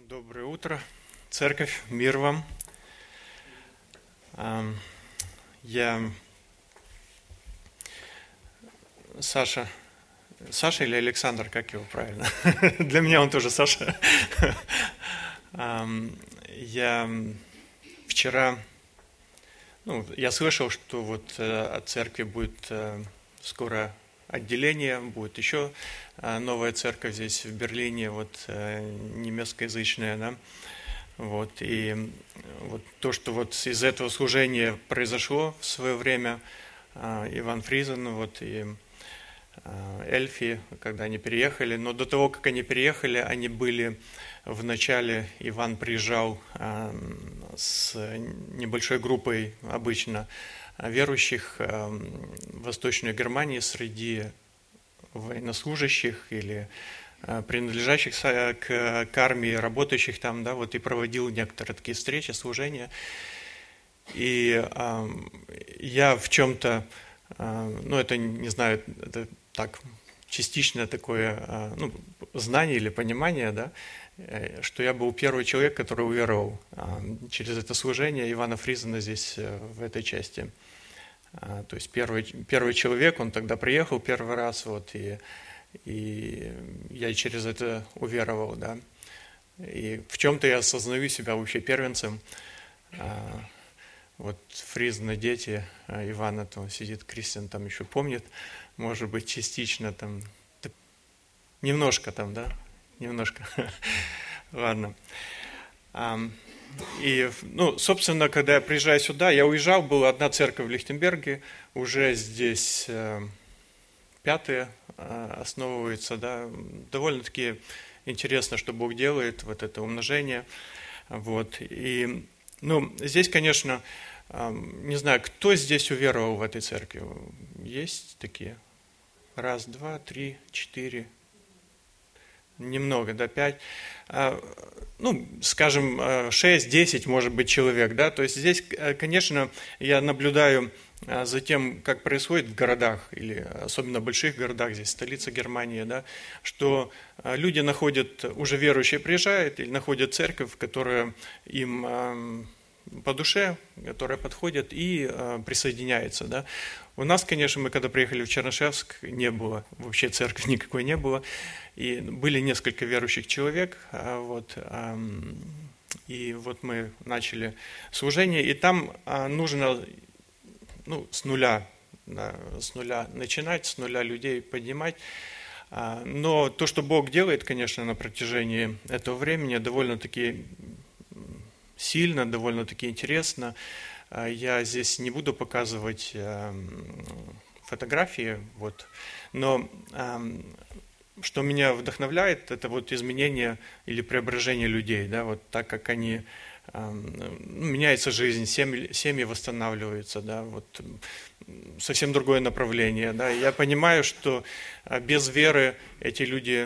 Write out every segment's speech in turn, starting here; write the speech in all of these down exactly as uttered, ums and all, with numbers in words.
Доброе утро, церковь, мир вам. Ам, Я Саша, Саша или Александр, как его правильно? Для меня он тоже Саша. Ам, Я вчера, ну, я слышал, что вот э, от церкви будет э, скоро отделение, будет еще э, новая церковь здесь в Берлине, вот э, немецкоязычная, да. Вот, и вот то, что вот из этого служения произошло в свое время, а, Иван Фризен, вот, и а, Эльфи, когда они переехали, но до того, как они переехали, они были в начале, Иван приезжал а, с небольшой группой обычно верующих а, в Восточной Германии среди военнослужащих или принадлежащих к, к армии, работающих там, да, вот и проводил некоторые такие встречи, служения. И э, я в чем-то, э, ну это, не знаю, это так, частичное такое, э, ну, знание или понимание, да, э, что я был первый человек, который уверовал э, через это служение Ивана Фризена здесь, э, в этой части. Э, то есть первый, первый человек, он тогда приехал первый раз, вот, и И я через это уверовал, да. И в чем-то я осознаю себя вообще первенцем. Вот Фризны дети, Ивана там сидит, Кристиан там еще помнит, может быть, частично там, немножко там, да, немножко. Ладно. И, ну, собственно, когда я приезжаю сюда, я уезжал, была одна церковь в Лихтенберге, уже здесь пятая основывается, да, довольно-таки интересно, что Бог делает, вот это умножение, вот, и, ну, здесь, конечно, не знаю, кто здесь уверовал в этой церкви, есть такие? Раз, два, три, четыре, немного, да, пять, ну, скажем, шесть, десять, может быть, человек, да, то есть здесь, конечно, я наблюдаю за тем, как происходит в городах, или особенно в больших городах, здесь столица Германии, да, что люди находят, уже верующие приезжают, или находят церковь, которая им по душе, которая подходит и присоединяется, да. У нас, конечно, мы когда приехали в Чернышевск, не было, вообще церкви никакой не было, и были несколько верующих человек, вот, и вот мы начали служение, и там нужно, ну, с нуля, да, с нуля начинать, с нуля людей поднимать, но то, что Бог делает, конечно, на протяжении этого времени, довольно-таки сильно, довольно-таки интересно. Я здесь не буду показывать фотографии, вот, но что меня вдохновляет, это вот изменение или преображение людей, да, вот так как они, меняется жизнь, семьи, семьи восстанавливаются, да, вот совсем другое направление, да. Я понимаю, что без веры эти люди,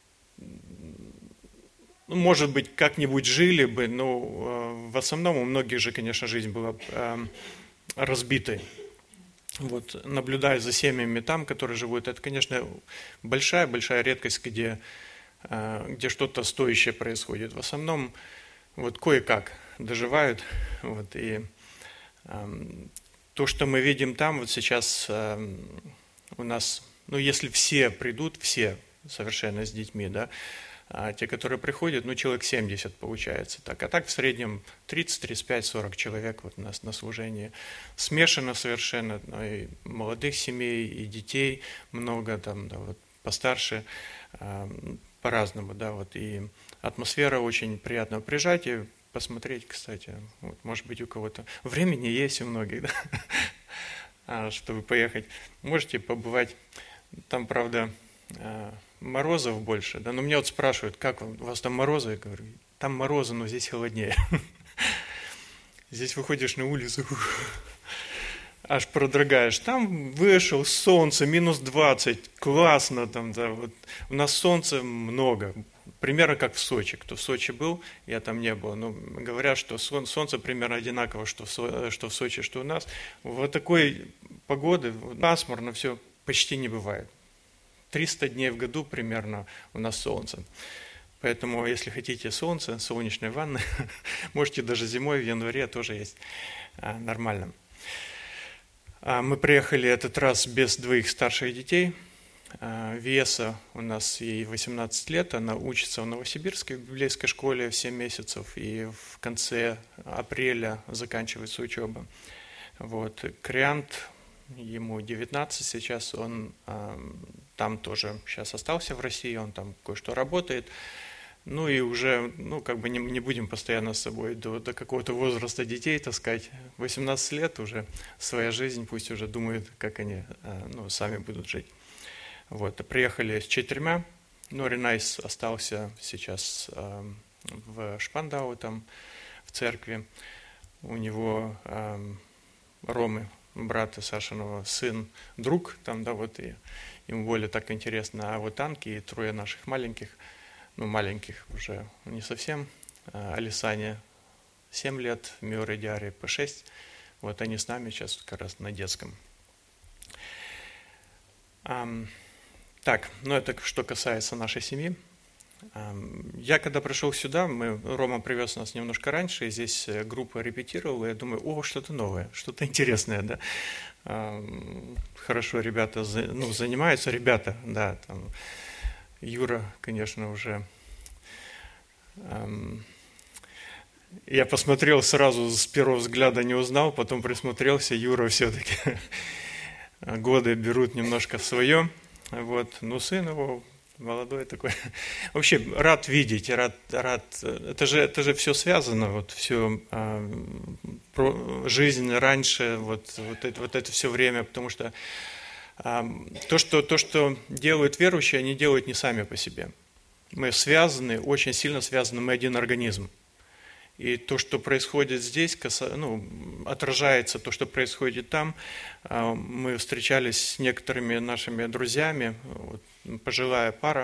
ну, может быть, как-нибудь жили бы, но в основном у многих же, конечно, жизнь была разбитой. Вот, наблюдая за семьями там, которые живут, это, конечно, большая-большая редкость, где, где что-то стоящее происходит. В основном вот кое-как доживают. Вот, и то, что мы видим там, вот сейчас у нас, ну, если все придут, все совершенно с детьми, да, а те, которые приходят, ну, человек семьдесят получается так. А так в среднем тридцать, тридцать пять, сорок человек вот у нас на служении. Смешано совершенно, ну, и молодых семей, и детей много, там, да, вот, постарше, а, по-разному, да, вот, и атмосфера очень приятная. Приезжайте посмотреть, кстати, вот, может быть, у кого-то времени есть у многих, да, чтобы поехать. Можете побывать, там, правда, морозов больше, да, но меня вот спрашивают, как у вас там морозы? Я говорю, там морозы, но здесь холоднее. Здесь выходишь на улицу, аж продрогаешь. Там вышел, солнце, минус двадцать, классно там, да, вот. У нас солнца много, примерно как в Сочи. Кто в Сочи был, я там не был, но говорят, что солнце примерно одинаково, что в, что в Сочи, что у нас. Вот такой погоды, пасмурно все почти не бывает. триста дней в году примерно у нас солнце. Поэтому, если хотите солнце, солнечные ванны, можете даже зимой, в январе тоже есть нормально. Мы приехали этот раз без двоих старших детей. Веса у нас ей восемнадцать лет, она учится в Новосибирской библейской школе семь месяцев, и в конце апреля заканчивается учеба. Вот. Криант, ему девятнадцать сейчас, он а, там тоже сейчас остался в России, он там кое-что работает. Ну и уже, ну как бы не, не будем постоянно с собой до, до какого-то возраста детей таскать. восемнадцать лет уже, своя жизнь, пусть уже думают, как они а, ну, сами будут жить. Вот, приехали с четырьмя, но Ренайс остался сейчас э, в Шпандау, там, в церкви. У него э, Ромы, брата Сашиного, сын, друг, там, да, вот, и ему более так интересно. А вот Анки и трое наших маленьких, ну, маленьких уже не совсем, э, Алисане семь лет, Миоре Диаре по шесть, вот они с нами сейчас как раз на детском. Um, Так, ну это что касается нашей семьи. Я когда пришел сюда, мы, Рома привез нас немножко раньше, и здесь группа репетировала, и я думаю, о, что-то новое, что-то интересное, да. Хорошо, ребята, ну, занимаются, ребята, да, там, Юра, конечно, уже. Я посмотрел сразу, с первого взгляда не узнал, потом присмотрелся, Юра все-таки годы берут немножко свое. Вот, ну, сын его молодой такой. Вообще рад видеть, рад, рад. Это же, это же все связано, вот все а, про жизнь раньше, вот, вот это, вот это все время, потому что, а, то, что то, что делают верующие, они делают не сами по себе. Мы связаны, очень сильно связаны, мы один организм. И то, что происходит здесь, ну, отражается то, что происходит там. Мы встречались с некоторыми нашими друзьями, вот, пожилая пара.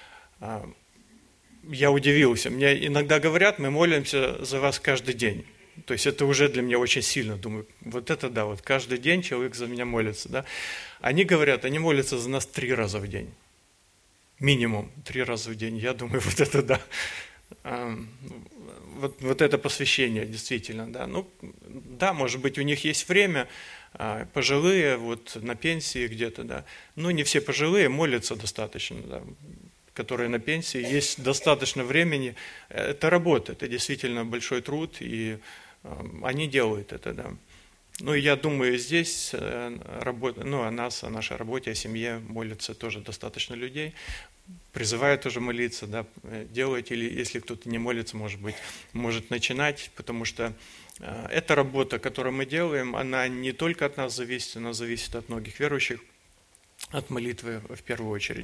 Я удивился. Мне иногда говорят, мы молимся за вас каждый день. То есть это уже для меня очень сильно. Думаю, вот это да, вот каждый день человек за меня молится. Да? Они говорят, они молятся за нас три раза в день. Минимум три раза в день. Я думаю, вот это да. Вот, вот это посвящение, действительно, да. Ну, да, может быть, у них есть время, пожилые, вот на пенсии где-то, да. Но не все пожилые молятся достаточно, да, которые на пенсии. Есть достаточно времени. Это работа, это действительно большой труд, и они делают это, да. Ну, и я думаю, здесь работа, ну, о нас, о нашей работе, о семье молятся тоже достаточно людей. Призываю тоже молиться, да, делайте, или если кто-то не молится, может быть, может начинать, потому что э, эта работа, которую мы делаем, она не только от нас зависит, она зависит от многих верующих, от молитвы в первую очередь.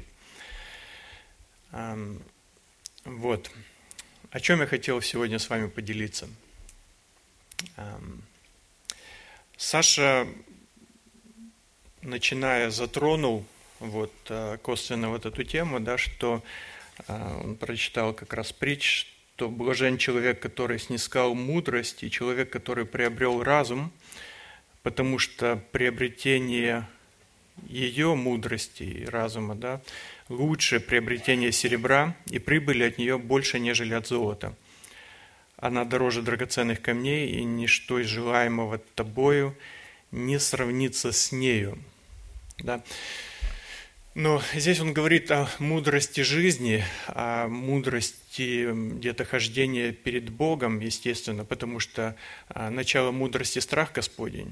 Эм, вот. О чем я хотел сегодня с вами поделиться. Эм, Саша, начиная, затронул вот косвенно вот эту тему, да, что он прочитал как раз притч, что блажен человек, который снискал мудрость, и человек, который приобрел разум, потому что приобретение ее мудрости и разума, да, лучше приобретение серебра, и прибыли от нее больше, нежели от золота. Она дороже драгоценных камней, и ничто из желаемого тобою не сравнится с нею. Да. Но здесь он говорит о мудрости жизни, о мудрости где-то хождения перед Богом, естественно, потому что начало мудрости – страх Господень.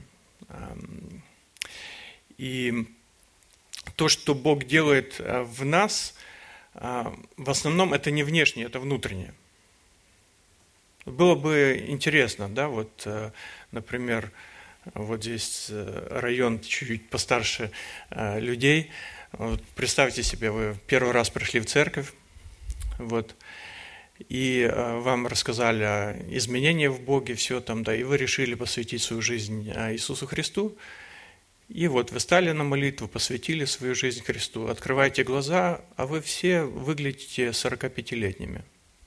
И то, что Бог делает в нас, в основном это не внешнее, это внутреннее. Было бы интересно, да, вот, например, вот здесь район чуть-чуть постарше людей. Вот представьте себе, вы первый раз пришли в церковь, вот, и вам рассказали о изменениях в Боге, все там, да, и вы решили посвятить свою жизнь Иисусу Христу, и вот вы стали на молитву, посвятили свою жизнь Христу, открываете глаза, а вы все выглядите сорокапятилетними.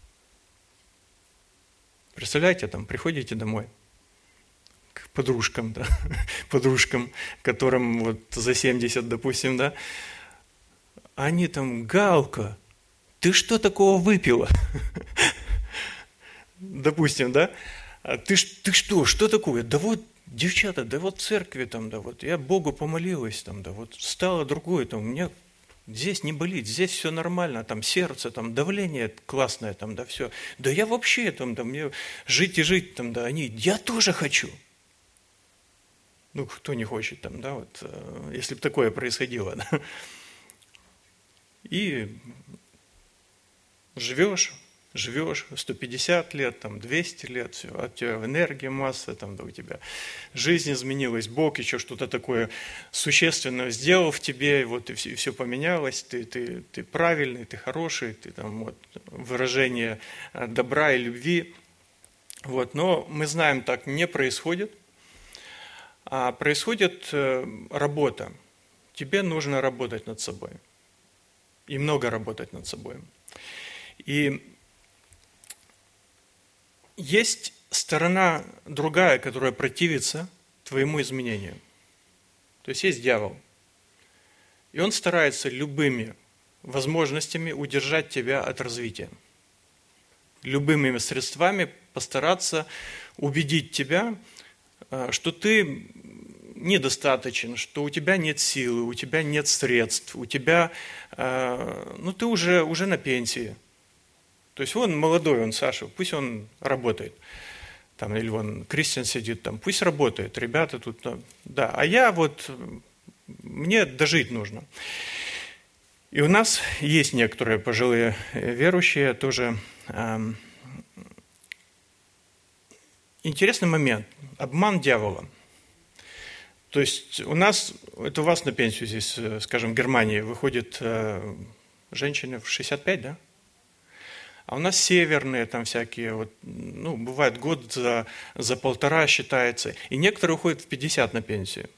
Представляете, там, приходите домой к подружкам, да, подружкам, которым вот за семьдесят, допустим, да, они там, Галка, ты что такого выпила? Допустим, да? Ты, ты что, что такое? Да вот, девчата, да вот в церкви там, да вот, я Богу помолилась там, да вот, стало другое там, у меня здесь не болит, здесь все нормально, там сердце, там давление классное, там, да, все. Да я вообще там, да, мне жить и жить там, да, они, я тоже хочу. Ну, кто не хочет там, да, вот, если бы такое происходило, да. И живешь, живешь сто пятьдесят лет, там, двести лет, все, от тебя энергия, масса, там, да, у тебя жизнь изменилась, Бог еще что-то такое существенное сделал в тебе, вот, и все, и все поменялось, ты, ты, ты правильный, ты хороший, ты там, вот, выражение добра и любви, вот, но мы знаем, так не происходит, а происходит работа, тебе нужно работать над собой, и много работать над собой. И есть сторона другая, которая противится твоему изменению. То есть есть дьявол. И он старается любыми возможностями удержать тебя от развития. Любыми средствами постараться убедить тебя, что ты недостаточен, что у тебя нет силы, у тебя нет средств, у тебя, ну ты уже, уже на пенсии. То есть он молодой, он Саша, пусть он работает. Там, или вон Кристиан сидит там, пусть работает, ребята тут, да. А я вот, мне дожить нужно. И у нас есть некоторые пожилые верующие тоже. Интересный момент. Обман дьявола. То есть у нас, это у вас на пенсию здесь, скажем, в Германии выходит женщина в шестьдесят пять, да? А у нас северные там всякие, вот, ну, бывает год за, за полтора считается. И некоторые уходят в пятьдесят на пенсию.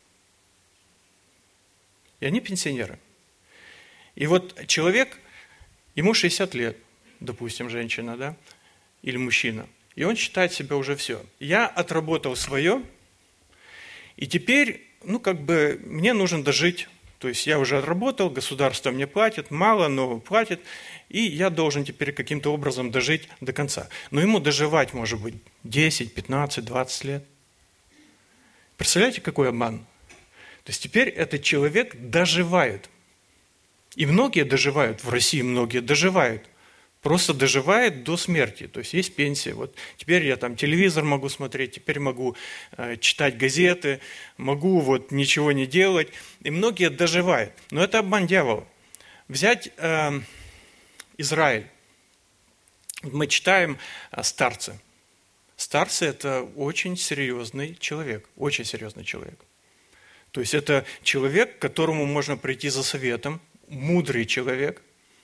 И они пенсионеры. И вот человек, ему шестьдесят лет, допустим, женщина, да, или мужчина, и он считает себя уже все. Я отработал свое, и теперь, ну, как бы, мне нужно дожить. То есть я уже отработал, государство мне платит, мало, но платит, и я должен теперь каким-то образом дожить до конца. Но ему доживать может быть десять, пятнадцать, двадцать лет. Представляете, какой обман? То есть теперь этот человек доживает. И многие доживают, в России многие доживают. Просто доживает до смерти. То есть есть пенсия. Вот теперь я там телевизор могу смотреть, теперь могу э, читать газеты, могу вот ничего не делать. И многие доживают. Но это обман дьявола. Взять э, Израиль. Мы читаем э, старцы. Старцы – это очень серьезный человек. Очень серьезный человек. То есть это человек, к которому можно прийти за советом. Мудрый человек.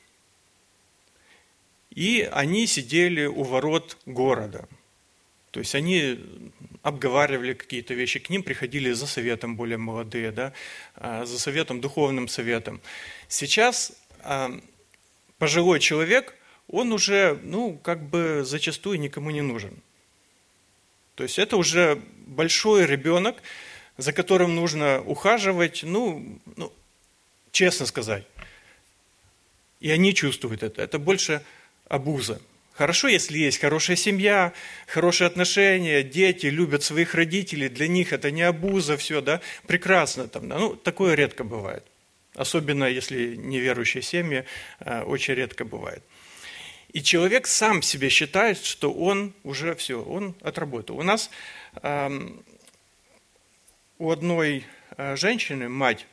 И они сидели у ворот города. То есть они обговаривали какие-то вещи, к ним приходили за советом более молодые, да, за советом, духовным советом. Сейчас пожилой человек, он уже, ну, как бы зачастую никому не нужен. То есть это уже большой ребенок, за которым нужно ухаживать, ну, ну честно сказать. И они чувствуют это. Это больше обуза. Хорошо, если есть хорошая семья, хорошие отношения, дети любят своих родителей, для них это не обуза, все, да, прекрасно там, да? Ну, такое редко бывает. Особенно, если неверующие семьи, очень редко бывает. И человек сам себе считает, что он уже все, он отработал. У нас э, у одной женщины, мать,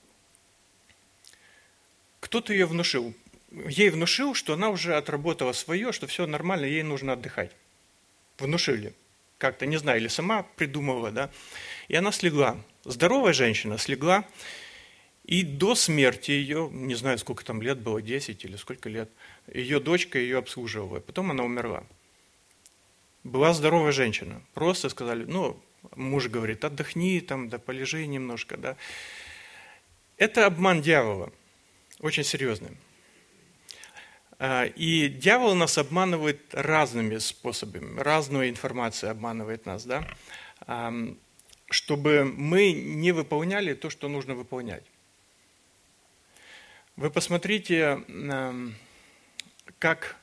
кто-то ее внушил, ей внушил, что она уже отработала свое, что все нормально, ей нужно отдыхать. Внушили. Как-то, не знаю, или сама придумывала, да. И она слегла. Здоровая женщина слегла, и до смерти ее, не знаю, сколько там лет было, десять или сколько лет, ее дочка ее обслуживала. Потом она умерла. Была здоровая женщина. Просто сказали, ну, муж говорит, отдохни, там, да полежи немножко, да. Это обман дьявола. Очень серьезный. И дьявол нас обманывает разными способами, разную информацию обманывает нас, да, чтобы мы не выполняли то, что нужно выполнять. Вы посмотрите, как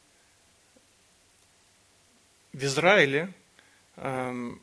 в Израиле э,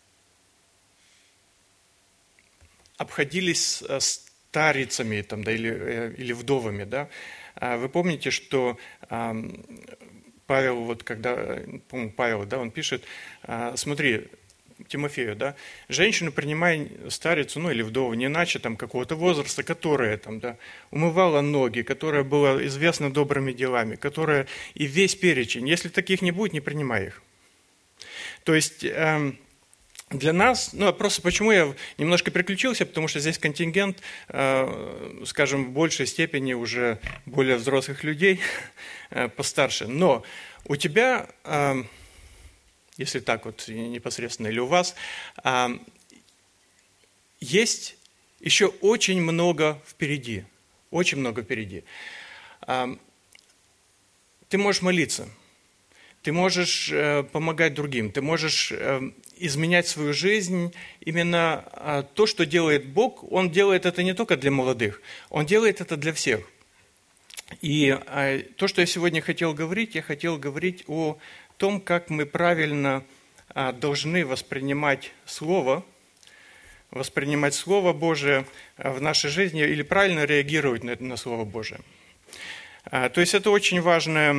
обходились старицами там, да, или, или вдовами. Да? Вы помните, что Павел, вот когда, по-моему, Павел, да, он пишет, смотри, Тимофею, да, женщину принимай старицу, ну или вдову, не иначе там какого-то возраста, которая там, да, умывала ноги, которая была известна добрыми делами, которая и весь перечень. Если таких не будет, не принимай их. То есть для нас, ну просто почему я немножко переключился, потому что здесь контингент, скажем, в большей степени уже более взрослых людей, постарше. Но у тебя... если так вот непосредственно, или у вас, есть еще очень много впереди, очень много впереди. Ты можешь молиться, ты можешь помогать другим, ты можешь изменять свою жизнь. Именно то, что делает Бог, Он делает это не только для молодых, Он делает это для всех. И то, что я сегодня хотел говорить, я хотел говорить о том, как мы правильно а, должны воспринимать Слово, воспринимать Слово Божие в нашей жизни или правильно реагировать на, на Слово Божие. А, то есть это очень важное,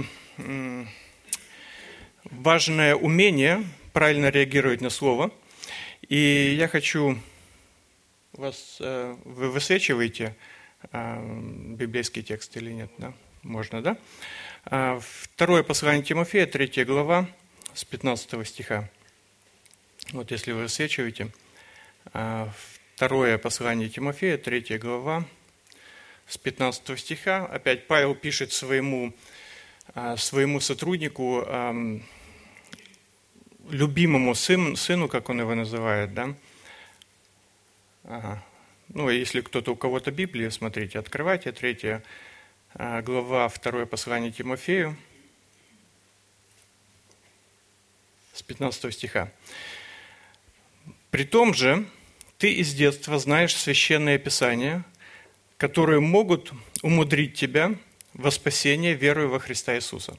важное умение правильно реагировать на Слово. И я хочу вас... Вы высвечиваете а, библейский текст или нет? Да? Можно, да? Второе послание Тимофея, третья глава, с пятнадцатого стиха. Вот если вы высвечиваете. Второе послание Тимофея, третья глава, с пятнадцатого стиха. Опять Павел пишет своему, своему сотруднику, любимому сыну, сыну, как он его называет, да? Ага. Ну, если кто-то у кого-то Библия, смотрите, открывайте, третья глава, второе послание Тимофею, с пятнадцатого стиха. «При том же ты из детства знаешь священные писания, которые могут умудрить тебя во спасение верою во Христа Иисуса.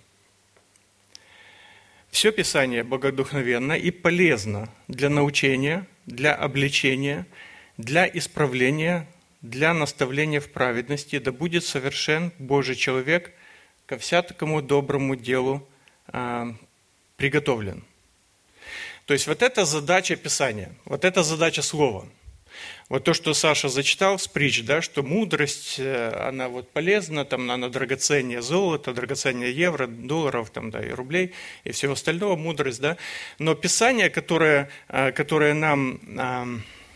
Все Писание богодухновенно и полезно для научения, для обличения, для исправления, для наставления в праведности, да будет совершен Божий человек ко всякому доброму делу а, приготовлен». То есть вот это задача Писания, вот это задача Слова. Вот то, что Саша зачитал с притч, да, что мудрость, она вот полезна, там она драгоценнее золота, драгоценнее евро, долларов, там, да, и рублей, и всего остального, мудрость, да. Но Писание, которое, которое нам а,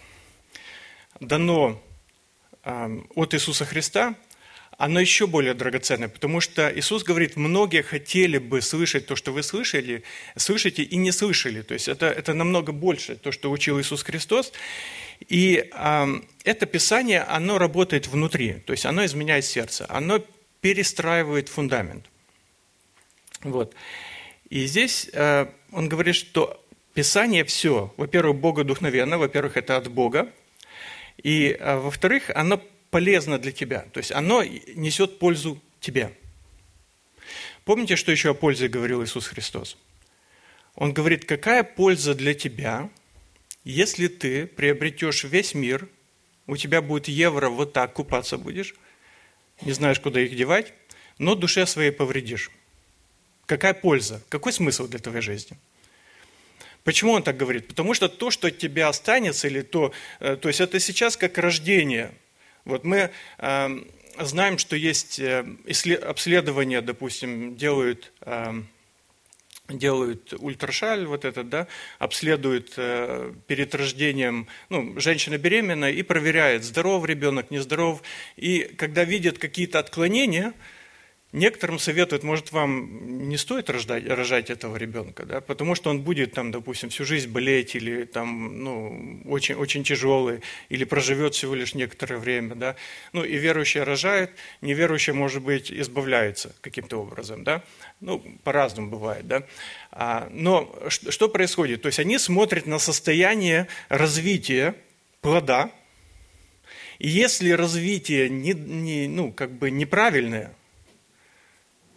дано от Иисуса Христа, оно еще более драгоценное, потому что Иисус говорит, многие хотели бы слышать то, что вы слышали, слышите и не слышали. То есть это, это намного больше, то, что учил Иисус Христос. И э, это Писание, оно работает внутри, то есть оно изменяет сердце, оно перестраивает фундамент. Вот. И здесь э, он говорит, что Писание все, во-первых, богодухновенно, во-первых, это от Бога, и э, во-вторых, оно полезно для тебя, то есть оно несет пользу тебе. Помните, что еще о пользе говорил Иисус Христос? Он говорит, какая польза для тебя, если ты приобретешь весь мир, у тебя будет евро, вот так купаться будешь, не знаешь, куда их девать, но душе своей повредишь. Какая польза? Какой смысл для твоей жизни? Почему он так говорит? Потому что то, что от тебя останется, или то, то есть это сейчас как рождение. Вот мы э, знаем, что есть обследования, допустим, делают, э, делают ультрашаль, вот этот, да, обследуют э, перед рождением, ну, женщина беременная и проверяет, здоров ребенок, нездоров. И когда видят какие-то отклонения, некоторым советуют, может, вам не стоит рождать, рожать этого ребенка, да, потому что он будет, там, допустим, всю жизнь болеть, или там, ну, очень, очень тяжелый, или проживет всего лишь некоторое время. Да. Ну, и верующие рожают, неверующие, может быть, избавляются каким-то образом. Да. Ну, по-разному бывает. Да. А, но что происходит? То есть они смотрят на состояние развития плода, и если развитие не, не, ну, как бы неправильное,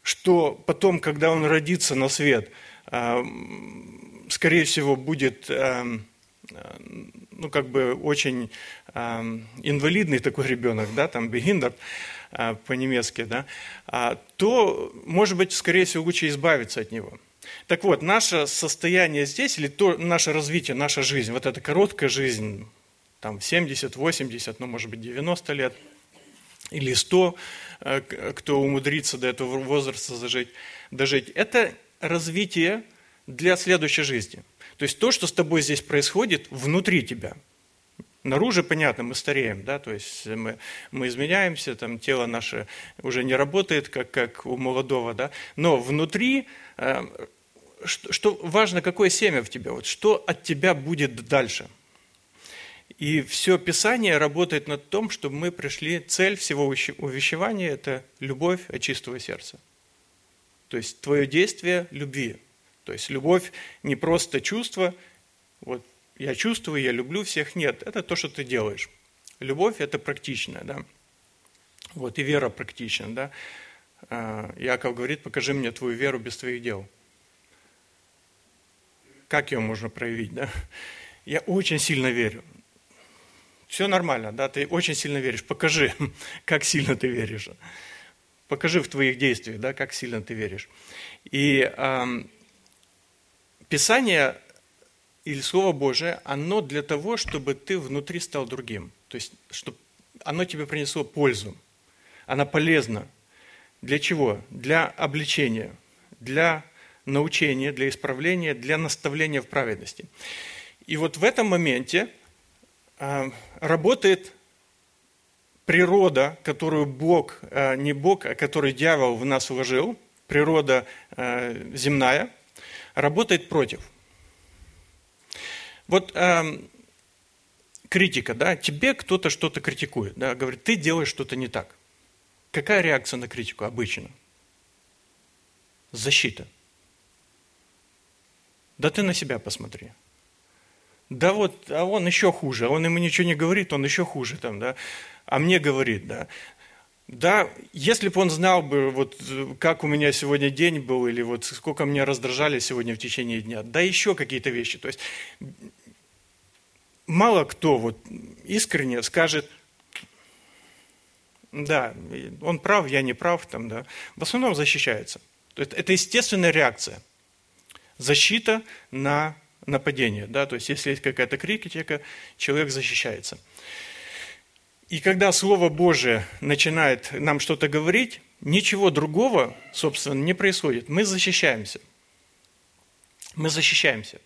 что потом, когда он родится на свет, скорее всего, будет, ну, как бы очень инвалидный такой ребенок, да, там, behindert по-немецки, да, то, может быть, скорее всего, лучше избавиться от него. Так вот, наше состояние здесь, или то, наше развитие, наша жизнь, вот эта короткая жизнь, там, семьдесят, восемьдесят, ну, может быть, девяносто лет, или сто, кто умудрится до этого возраста дожить, дожить, это развитие для следующей жизни. То есть то, что с тобой здесь происходит, внутри тебя. Наружу, понятно, мы стареем, да, то есть мы, мы изменяемся, там, тело наше уже не работает, как, как у молодого, да, но внутри, э, что, что важно, какое семя в тебе, вот, что от тебя будет дальше. И все Писание работает над том, чтобы мы пришли, цель всего увещевания – это любовь от чистого сердца. То есть твое действие любви. То есть любовь не просто чувство, вот я чувствую, я люблю всех, нет, это то, что ты делаешь. Любовь – это практичная, да. Вот и вера практична, да. Иаков говорит, покажи мне твою веру без твоих дел. Как ее можно проявить, да? Я очень сильно верю. Все нормально, да, ты очень сильно веришь. Покажи, как сильно ты веришь. Покажи в твоих действиях, да, как сильно ты веришь. И э, Писание или Слово Божие, оно для того, чтобы ты внутри стал другим. То есть, чтобы оно тебе принесло пользу. Оно полезно. Для чего? Для обличения, для научения, для исправления, для наставления в праведности. И вот в этом моменте работает природа, которую Бог, не Бог, а который дьявол в нас вложил, природа земная, работает против. Вот критика, да, тебе кто-то что-то критикует, да, говорит, ты делаешь что-то не так. Какая реакция на критику обычно? Защита. Да ты на себя посмотри. Да вот, а он еще хуже, он ему ничего не говорит, он еще хуже там, да, а мне говорит, да. Да, если бы он знал бы, вот, как у меня сегодня день был, или вот сколько меня раздражали сегодня в течение дня, да еще какие-то вещи. То есть мало кто вот искренне скажет, да, он прав, я не прав, там, да. В основном защищается. То есть это естественная реакция. Защита на нападение, да, то есть если есть какая-то критика, человек защищается. И когда Слово Божие начинает нам что-то говорить, ничего другого, собственно, не происходит. Мы защищаемся. Мы защищаемся.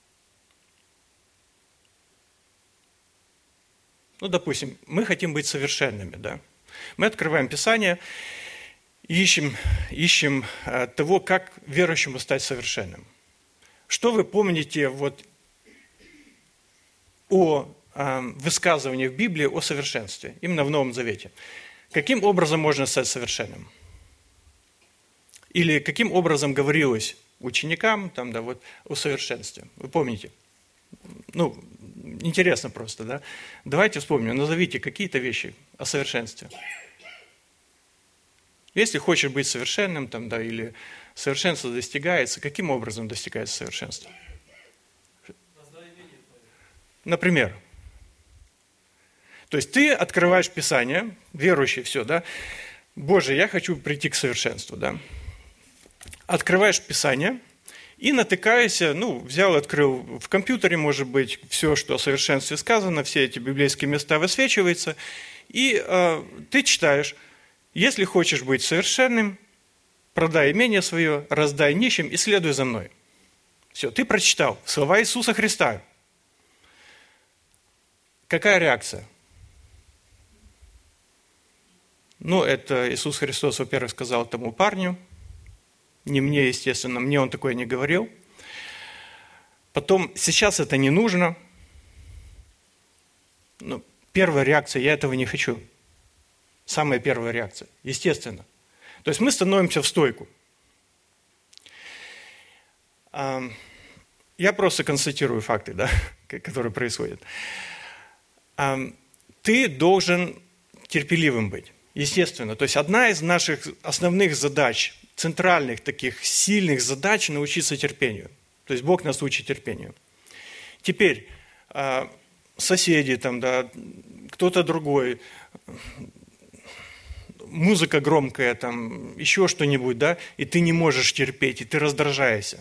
Ну, допустим, мы хотим быть совершенными, да. Мы открываем Писание, ищем, ищем того, как верующему стать совершенным. Что вы помните вот о э, высказываниях в Библии о совершенстве, именно в Новом Завете? Каким образом можно стать совершенным? Или каким образом говорилось ученикам там, да, вот, о совершенстве? Вы помните? Ну, интересно просто, да? Давайте вспомним, назовите какие-то вещи о совершенстве. Если хочешь быть совершенным, там, да, или совершенство достигается, каким образом достигается совершенство? Например. То есть ты открываешь Писание, верующий, все, да? Боже, я хочу прийти к совершенству, да? Открываешь Писание и натыкаешься, ну, взял, открыл в компьютере, может быть, все, что о совершенстве сказано, все эти библейские места высвечиваются, и э, ты читаешь, если хочешь быть совершенным, продай имение свое, раздай нищим и следуй за мной. Все, ты прочитал слова Иисуса Христа. Какая реакция? Ну, это Иисус Христос, во-первых, сказал тому парню, не мне, естественно, мне он такое не говорил. Потом, сейчас это не нужно. Ну, первая реакция, я этого не хочу. Самая первая реакция, естественно. То есть мы становимся в стойку. Я просто констатирую факты, да, которые происходят. Ты должен терпеливым быть, естественно. То есть одна из наших основных задач центральных таких сильных задач научиться терпению. То есть Бог нас учит терпению. Теперь соседи, там, да, кто-то другой, музыка громкая, там, еще что-нибудь, да, и ты не можешь терпеть, и ты раздражаешься.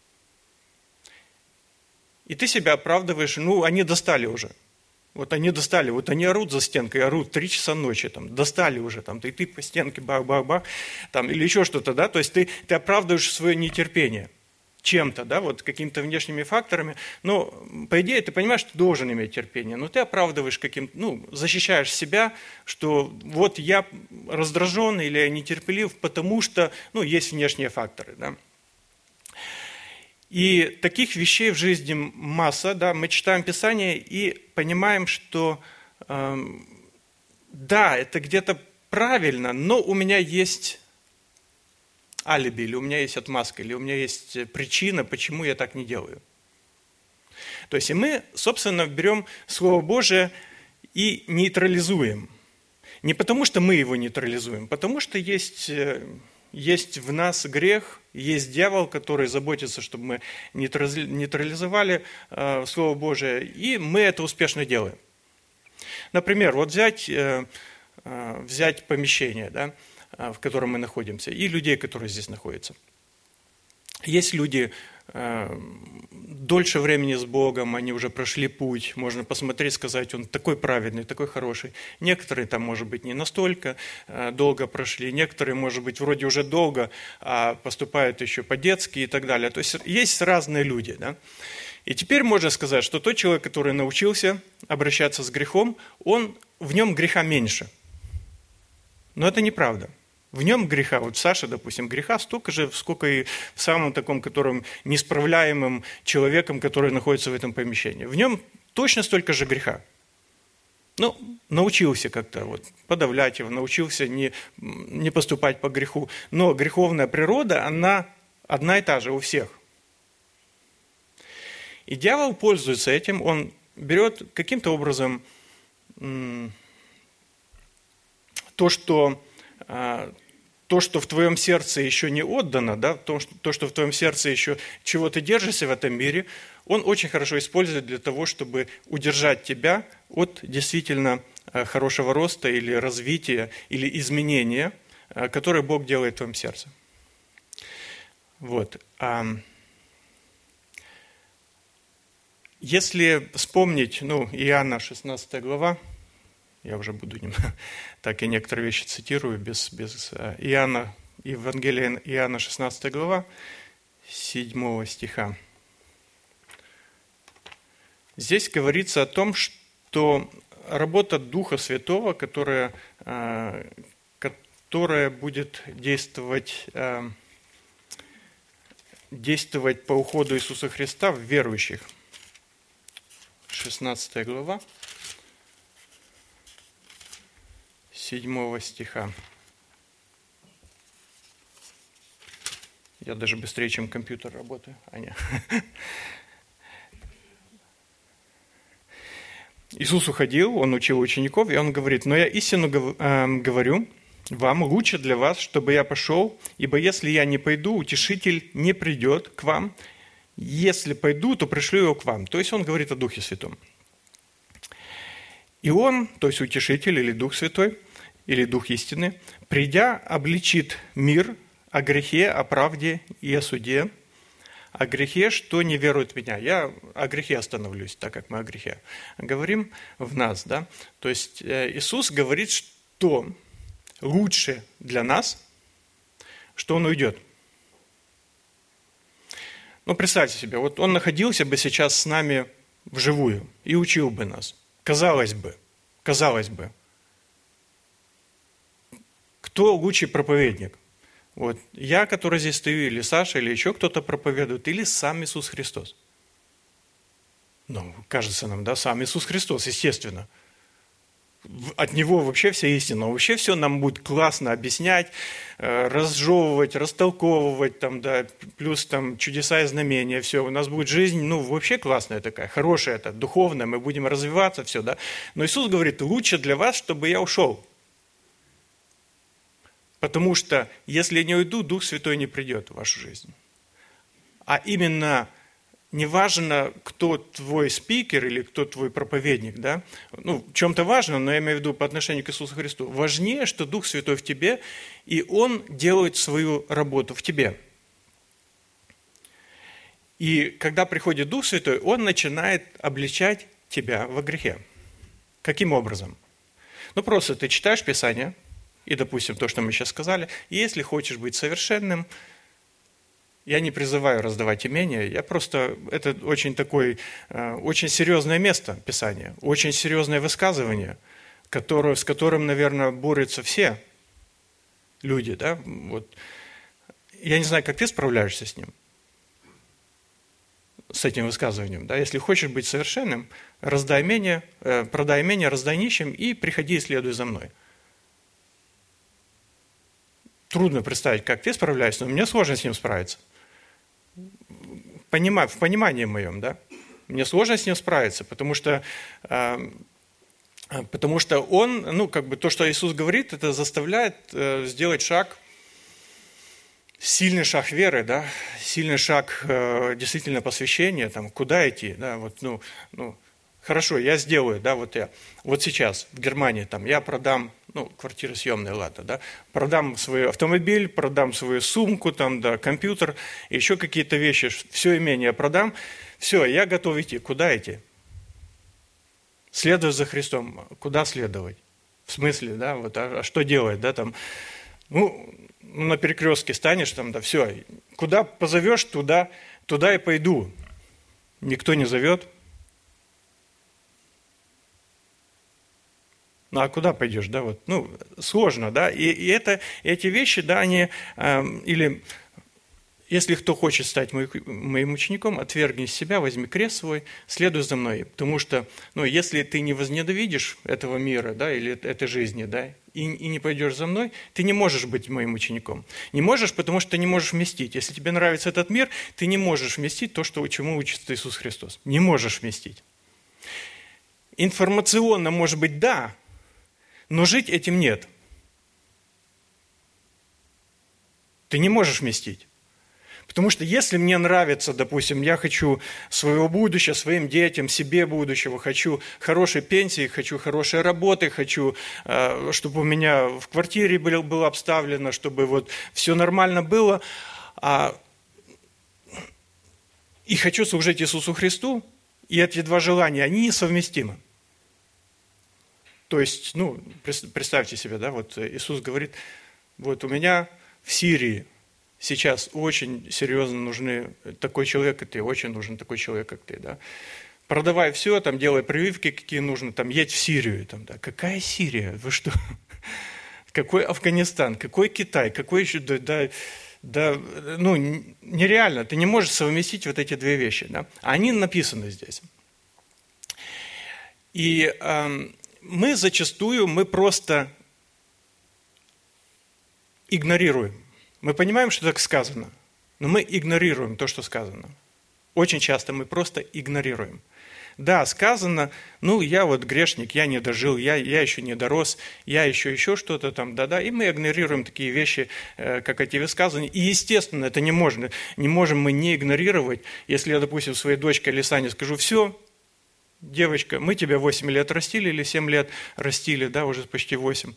И ты себя оправдываешь, ну, они достали уже. Вот они достали, вот они орут за стенкой, орут три часа ночи, там, достали уже, там, и ты по стенке бах-бах-бах, там, или еще что-то, да, то есть ты, ты оправдываешь свое нетерпение чем-то, да, вот какими-то внешними факторами, но, по идее, ты понимаешь, что ты должен иметь терпение, но ты оправдываешь каким-то, ну, защищаешь себя, что вот я раздражен или я нетерпелив, потому что, ну, есть внешние факторы, да. И таких вещей в жизни масса, да, мы читаем Писание и понимаем, что э, да, это где-то правильно, но у меня есть алиби, или у меня есть отмазка, или у меня есть причина, почему я так не делаю. То есть и мы, собственно, берем Слово Божие и нейтрализуем. Не потому, что мы его нейтрализуем, потому что есть... Есть в нас грех, есть дьявол, который заботится, чтобы мы нейтрализовали э, Слово Божие, и мы это успешно делаем. Например, вот взять, э, э, взять помещение, да, в котором мы находимся, и людей, которые здесь находятся. Есть люди э, дольше времени с Богом, они уже прошли путь, можно посмотреть, сказать, он такой праведный, такой хороший. Некоторые там, может быть, не настолько э, долго прошли, некоторые, может быть, вроде уже долго, а поступают еще по-детски и так далее. То есть есть разные люди, да. И теперь можно сказать, что тот человек, который научился обращаться с грехом, он, в нем греха меньше. Но это неправда. В нем греха, вот в Саше, допустим, греха столько же, сколько и в самом таком, котором несправляемым человеком, который находится в этом помещении. В нем точно столько же греха. Ну, научился как-то вот подавлять его, научился не, не поступать по греху. Но греховная природа, она одна и та же у всех. И дьявол пользуется этим, он берет каким-то образом м- то, что... То, что в твоем сердце еще не отдано, да, то, что, то, что в твоем сердце еще чего ты держишься в этом мире, он очень хорошо использует для того, чтобы удержать тебя от действительно хорошего роста или развития, или изменения, которое Бог делает в твоем сердце. Вот. Если вспомнить, ну, Иоанна шестнадцатая глава, я уже буду немного, так и некоторые вещи цитирую, без, без Иоанна, Евангелие Иоанна, шестнадцатая глава, седьмого стиха. Здесь говорится о том, что работа Духа Святого, которая, которая будет действовать, действовать по уходу Иисуса Христа в верующих. шестнадцатая глава. седьмого стиха. Я даже быстрее, чем компьютер работаю. А нет. Иисус уходил, Он учил учеников, и Он говорит, но я истину говорю вам, лучше для вас, чтобы я пошел, ибо если я не пойду, утешитель не придет к вам. Если пойду, то пришлю его к вам. То есть Он говорит о Духе Святом. И Он, то есть утешитель или Дух Святой, или Дух истины, придя, обличит мир о грехе, о правде и о суде, о грехе, что не верует в меня. Я о грехе остановлюсь, так как мы о грехе говорим в нас. Да? То есть Иисус говорит, что лучше для нас, что Он уйдет. Ну, представьте себе, вот Он находился бы сейчас с нами вживую и учил бы нас. Казалось бы, казалось бы, кто лучший проповедник? Вот я, который здесь стою, или Саша, или еще кто-то проповедует, или сам Иисус Христос? Ну, кажется нам, да, сам Иисус Христос, естественно. От Него вообще вся истина, вообще все нам будет классно объяснять, разжевывать, растолковывать, там, да, плюс там чудеса и знамения, все. У нас будет жизнь, ну, вообще классная такая, хорошая, это, духовная, мы будем развиваться, все, да. Но Иисус говорит, лучше для вас, чтобы я ушел. Потому что если я не уйду, Дух Святой не придет в вашу жизнь. А именно, неважно, кто твой спикер или кто твой проповедник, да, ну, в чем-то важно, но я имею в виду по отношению к Иисусу Христу, важнее, что Дух Святой в тебе, и Он делает свою работу в тебе. И когда приходит Дух Святой, Он начинает обличать тебя во грехе. Каким образом? Ну, просто ты читаешь Писание, и, допустим, то, что мы сейчас сказали, и если хочешь быть совершенным, я не призываю раздавать имения, я просто, это очень такое, очень серьезное место Писания, очень серьезное высказывание, которое, с которым, наверное, борются все люди, да, вот. Я не знаю, как ты справляешься с ним, с этим высказыванием, да, если хочешь быть совершенным, раздай имение, продай имение, раздай нищим и приходи и следуй за мной. Трудно представить, как ты справляешься, но мне сложно с ним справиться. Понима, в понимании моем, да, мне сложно с ним справиться, потому что, э, потому что он, ну, как бы то, что Иисус говорит, это заставляет э, сделать шаг, сильный шаг веры, да, сильный шаг э, действительно посвящения, там, куда идти, да, вот, ну, ну, хорошо, я сделаю, да, вот я, вот сейчас в Германии, там, я продам, ну, квартира съемная, ладно, да, продам свой автомобиль, продам свою сумку, там, да, компьютер, еще какие-то вещи, все имение продам, все, я готов идти, куда идти? Следовать за Христом, куда следовать? В смысле, да, вот, а, а что делать, да, там, ну, на перекрестке станешь, там, да, все, куда позовешь, туда, туда и пойду. Никто не зовет. Ну, а куда пойдешь, да, вот, ну, сложно, да, и, и это, эти вещи, да, они, э, или, если кто хочет стать мой, моим учеником, отвергни себя, возьми крест свой, следуй за мной, потому что, ну, если ты не возненавидишь этого мира, да, или этой жизни, да, и, и не пойдешь за мной, ты не можешь быть моим учеником. Не можешь, потому что ты не можешь вместить. Если тебе нравится этот мир, ты не можешь вместить то, что, чему учится Иисус Христос. Не можешь вместить. Информационно, может быть, да, но жить этим нет. Ты не можешь вместить. Потому что если мне нравится, допустим, я хочу своего будущего, своим детям, себе будущего, хочу хорошей пенсии, хочу хорошей работы, хочу, чтобы у меня в квартире было обставлено, чтобы вот все нормально было, и хочу служить Иисусу Христу, и эти два желания, они несовместимы. То есть, ну, представьте себе, да, вот Иисус говорит, вот у меня в Сирии сейчас очень серьезно нужны такой человек, как ты, очень нужен такой человек, как ты, да. Продавай все, там, делай прививки, какие нужны, там, едь в Сирию, там, да. Какая Сирия? Вы что? Какой Афганистан? Какой Китай? Какой еще, да, да, да, ну, нереально, ты не можешь совместить вот эти две вещи, да. Они написаны здесь. И э, мы зачастую, мы просто игнорируем. Мы понимаем, что так сказано, но мы игнорируем то, что сказано. Очень часто мы просто игнорируем. Да, сказано, ну, я вот грешник, я не дожил, я, я еще не дорос, я еще еще что-то там, да-да, и мы игнорируем такие вещи, как эти высказывания. И, естественно, это не можно, не можем мы не игнорировать, если я, допустим, своей дочке или Сане скажу, все, девочка, мы тебя восемь лет растили или семь лет растили, да, уже почти восемь,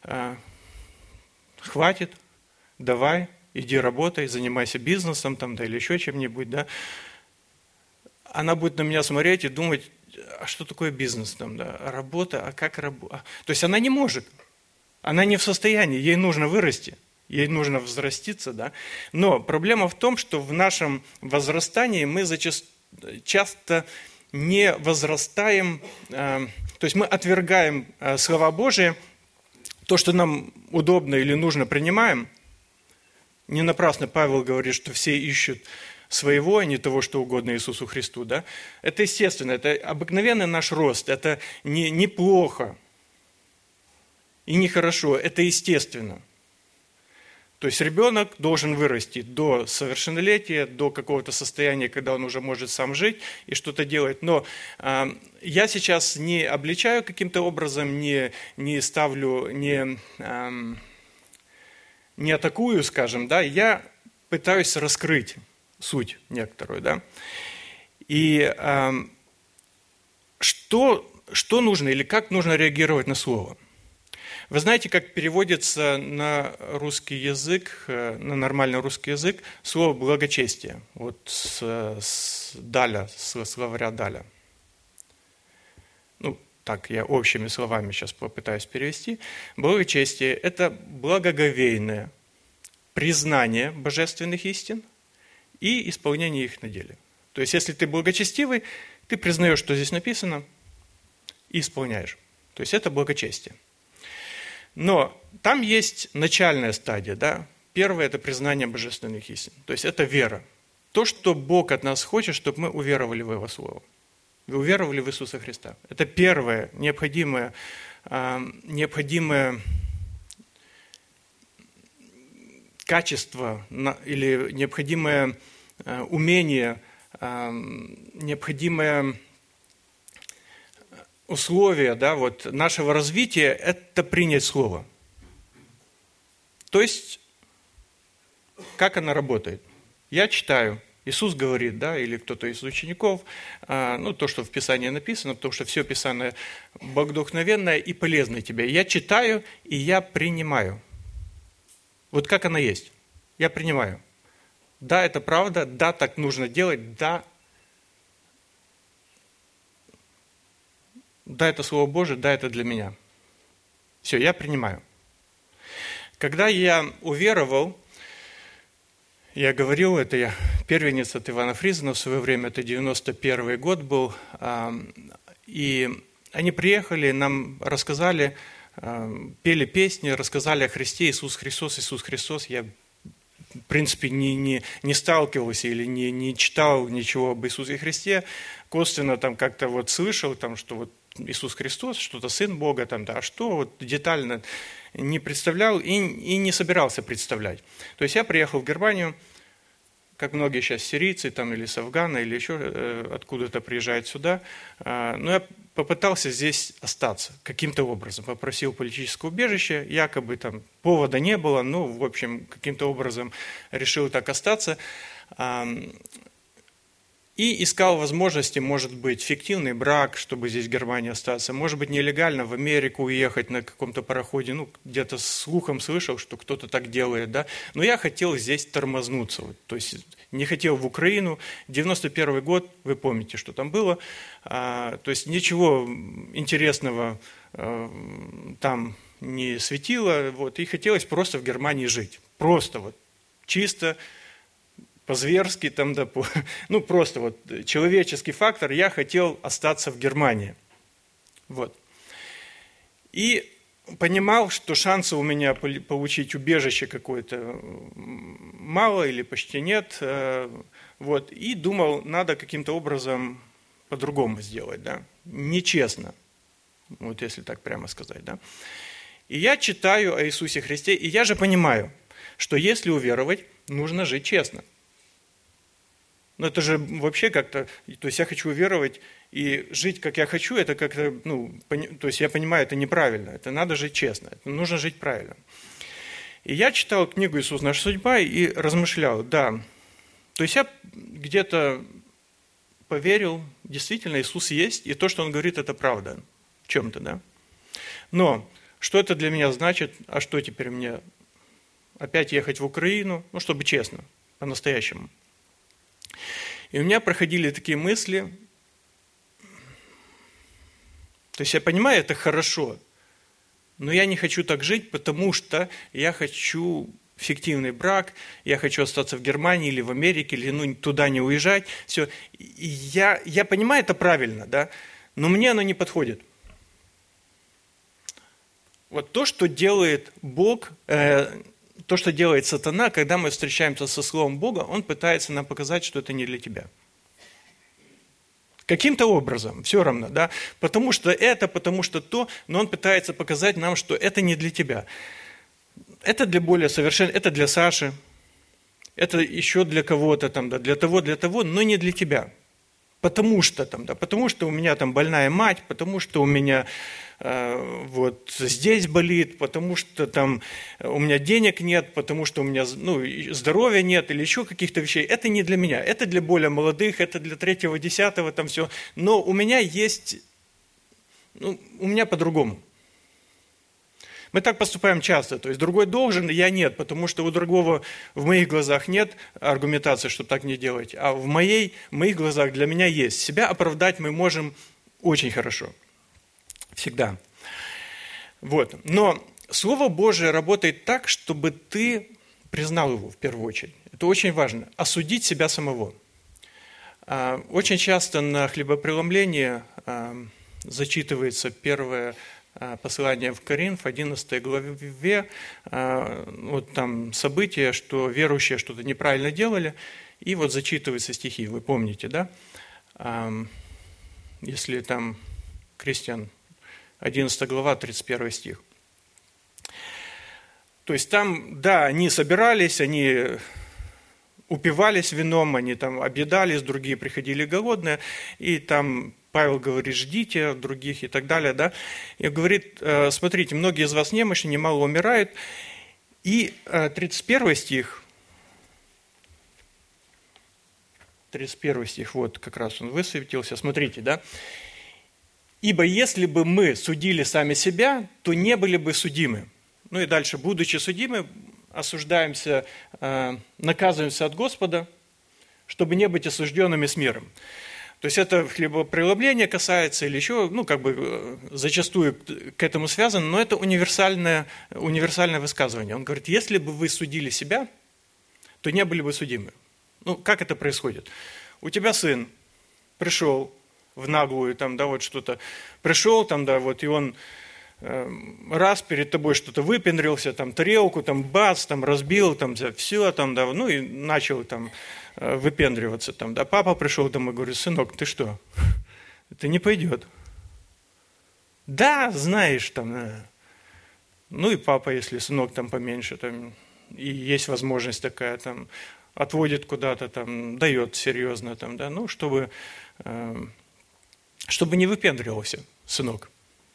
хватит. Давай, иди работай, занимайся бизнесом там, да, или еще чем-нибудь, да. Она будет на меня смотреть и думать, а что такое бизнес там, да, работа, а как работа. То есть она не может, она не в состоянии, ей нужно вырасти, ей нужно взраститься, да. Но проблема в том, что в нашем возрастании мы зачастую, часто не возрастаем, э, то есть мы отвергаем э, слова Божии, то, что нам удобно или нужно, принимаем. Не напрасно Павел говорит, что все ищут своего, а не того, что угодно Иисусу Христу. Да? Это естественно, это обыкновенный наш рост, это не, неплохо и нехорошо, это естественно. То есть ребенок должен вырасти до совершеннолетия, до какого-то состояния, когда он уже может сам жить и что-то делать. Но э, я сейчас не обличаю каким-то образом, не, не ставлю, не... Э, не атакую, скажем, да, я пытаюсь раскрыть суть некоторую, да. И э, что, что нужно или как нужно реагировать на слово? Вы знаете, как переводится на русский язык, на нормальный русский язык слово «благочестие», вот с, с «даля», с словаря «даля». Ну, так, я общими словами сейчас попытаюсь перевести. Благочестие – это благоговейное признание божественных истин и исполнение их на деле. То есть, если ты благочестивый, ты признаешь, что здесь написано, и исполняешь. То есть, это благочестие. Но там есть начальная стадия, да? Первое – это признание божественных истин. То есть, это вера. То, что Бог от нас хочет, чтобы мы уверовали в Его Слово. Вы уверовали в Иисуса Христа. Это первое необходимое, необходимое качество или необходимое умение, необходимое условие, да, вот, нашего развития – это принять Слово. То есть, как оно работает? Я читаю, Иисус говорит, да, или кто-то из учеников, ну, то, что в Писании написано, потому что все Писание богодухновенное и полезное тебе. Я читаю, и я принимаю. Вот как оно есть. Я принимаю. Да, это правда, да, так нужно делать, да, да, это Слово Божие, да, это для меня. Все, я принимаю. Когда я уверовал, я говорил, это я первенец от Ивана Фризена в свое время, это девяносто первый год был, и они приехали, нам рассказали, пели песни, рассказали о Христе, Иисус Христос, Иисус Христос. Я, в принципе, не, не, не сталкивался или не, не читал ничего об Иисусе Христе, косвенно там как-то вот слышал, там, что вот Иисус Христос, что-то Сын Бога, там, да, а что вот детально не представлял и, и не собирался представлять. То есть я приехал в Германию, как многие сейчас сирийцы там, или с Афгана, или еще э, откуда-то приезжают сюда, э, но я попытался здесь остаться каким-то образом. Попросил политическое убежище, якобы там повода не было, ну, в общем, каким-то образом решил так остаться. Э, И искал возможности, может быть, фиктивный брак, чтобы здесь в Германии остаться, может быть, нелегально в Америку уехать на каком-то пароходе, ну, где-то слухом слышал, что кто-то так делает, да, но я хотел здесь тормознуться, вот, то есть не хотел в Украину, девяносто первый год, вы помните, что там было, а, то есть ничего интересного а, там не светило, вот, и хотелось просто в Германии жить, просто вот, чисто, по-зверски, там, да, по, ну, просто вот человеческий фактор, я хотел остаться в Германии. Вот. И понимал, что шансов у меня получить убежище какое-то мало или почти нет. Вот. И думал, надо каким-то образом по-другому сделать, да, нечестно, вот если так прямо сказать, да. И я читаю о Иисусе Христе, и я же понимаю, что если уверовать, нужно жить честно. Но это же вообще как-то, то есть я хочу уверовать и жить, как я хочу, это как-то, ну, то есть я понимаю, это неправильно, это надо жить честно, это нужно жить правильно. И я читал книгу «Иисус. Наша судьба» и размышлял, да, то есть я где-то поверил, действительно, Иисус есть, и то, что Он говорит, это правда, в чем-то, да. Но что это для меня значит, а что теперь мне опять ехать в Украину, ну, чтобы честно, по-настоящему. И у меня проходили такие мысли, то есть я понимаю, это хорошо, но я не хочу так жить, потому что я хочу фиктивный брак, я хочу остаться в Германии или в Америке, или ну, туда не уезжать. Все. И я, я понимаю, это правильно, да, но мне оно не подходит. Вот то, что делает Бог, э, то, что делает сатана, когда мы встречаемся со Словом Бога, он пытается нам показать, что это не для тебя. Каким-то образом, все равно, да, потому что это, потому что то, но он пытается показать нам, что это не для тебя. Это для более совершенного, это для Саши, это еще для кого-то там, да, для того, для того, но не для тебя. потому что там, да, потому что у меня там больная мать, потому что у меня э, вот здесь болит, потому что там у меня денег нет, потому что у меня ну, здоровья нет или еще каких-то вещей. Это не для меня, это для более молодых, это для третьего, десятого, там все. Но у меня есть, ну, у меня по-другому. Мы так поступаем часто, то есть другой должен, я нет, потому что у другого в моих глазах нет аргументации, чтобы так не делать, а в, моей, в моих глазах для меня есть. Себя оправдать мы можем очень хорошо, всегда. Вот. Но Слово Божие работает так, чтобы ты признал его в первую очередь. Это очень важно. Осудить себя самого. Очень часто на хлебопреломлении зачитывается первое послание в Коринф, одиннадцатой главе, вот там события, что верующие что-то неправильно делали, и вот зачитываются стихи, вы помните, да? Если там Крестьян, одиннадцатая глава, тридцать первый стих. То есть там, да, они собирались, они упивались вином, они там объедались, другие приходили голодные, и там Павел говорит, ждите других и так далее, да, и говорит, смотрите, многие из вас немощны, немало умирают, и тридцать первый стих, тридцать первый стих, вот как раз он высветился, смотрите, да, ибо если бы мы судили сами себя, то не были бы судимы. Ну и дальше, будучи судимы, осуждаемся, наказываемся от Господа, чтобы не быть осужденными с миром. То есть это хлебопреломление касается или еще, ну как бы зачастую к этому связано, но это универсальное, универсальное высказывание. Он говорит, если бы вы судили себя, то не были бы судимы. Ну как это происходит? У тебя сын пришел в наглую, там, да, вот что-то, пришел там, да, вот, и он раз перед тобой что-то выпендрился, там, тарелку, там, бац, там, разбил, там, все, там, да, ну, и начал, там, выпендриваться, там, да, папа пришел домой, говорит, сынок, ты что, это не пойдет. Да, знаешь, там, да. Ну, и папа, если сынок, там, поменьше, там, и есть возможность такая, там, отводит куда-то, там, дает серьезно, там, да, ну, чтобы, чтобы не выпендривался сынок.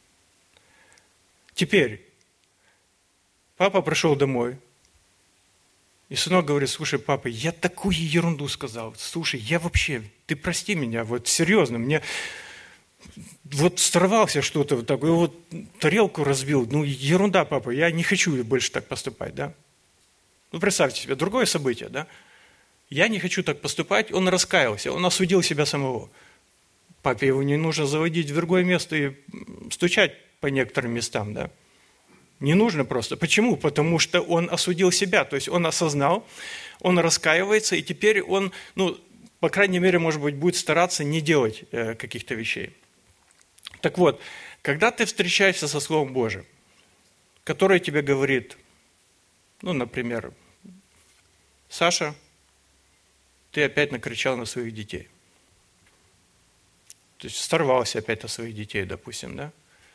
Теперь папа пришел домой, и сынок говорит, слушай, папа, я такую ерунду сказал, слушай, я вообще, ты прости меня, вот серьезно, мне вот сорвался что-то, вот такое, вот тарелку разбил, ну ерунда, папа, я не хочу больше так поступать, да? Ну представьте себе, другое событие, да? Я не хочу так поступать, он раскаялся, он осудил себя самого. Папе его не нужно заводить в другое место и стучать по некоторым местам, да. Не нужно просто. Почему? Потому что он осудил себя, то есть он осознал, он раскаивается, и теперь он, ну, по крайней мере, может быть, будет стараться не делать э, каких-то вещей. Так вот, когда ты встречаешься со Словом Божьим, которое тебе говорит, ну, например, Саша, ты опять накричал на своих детей. То есть сорвался опять на своих детей, допустим, да?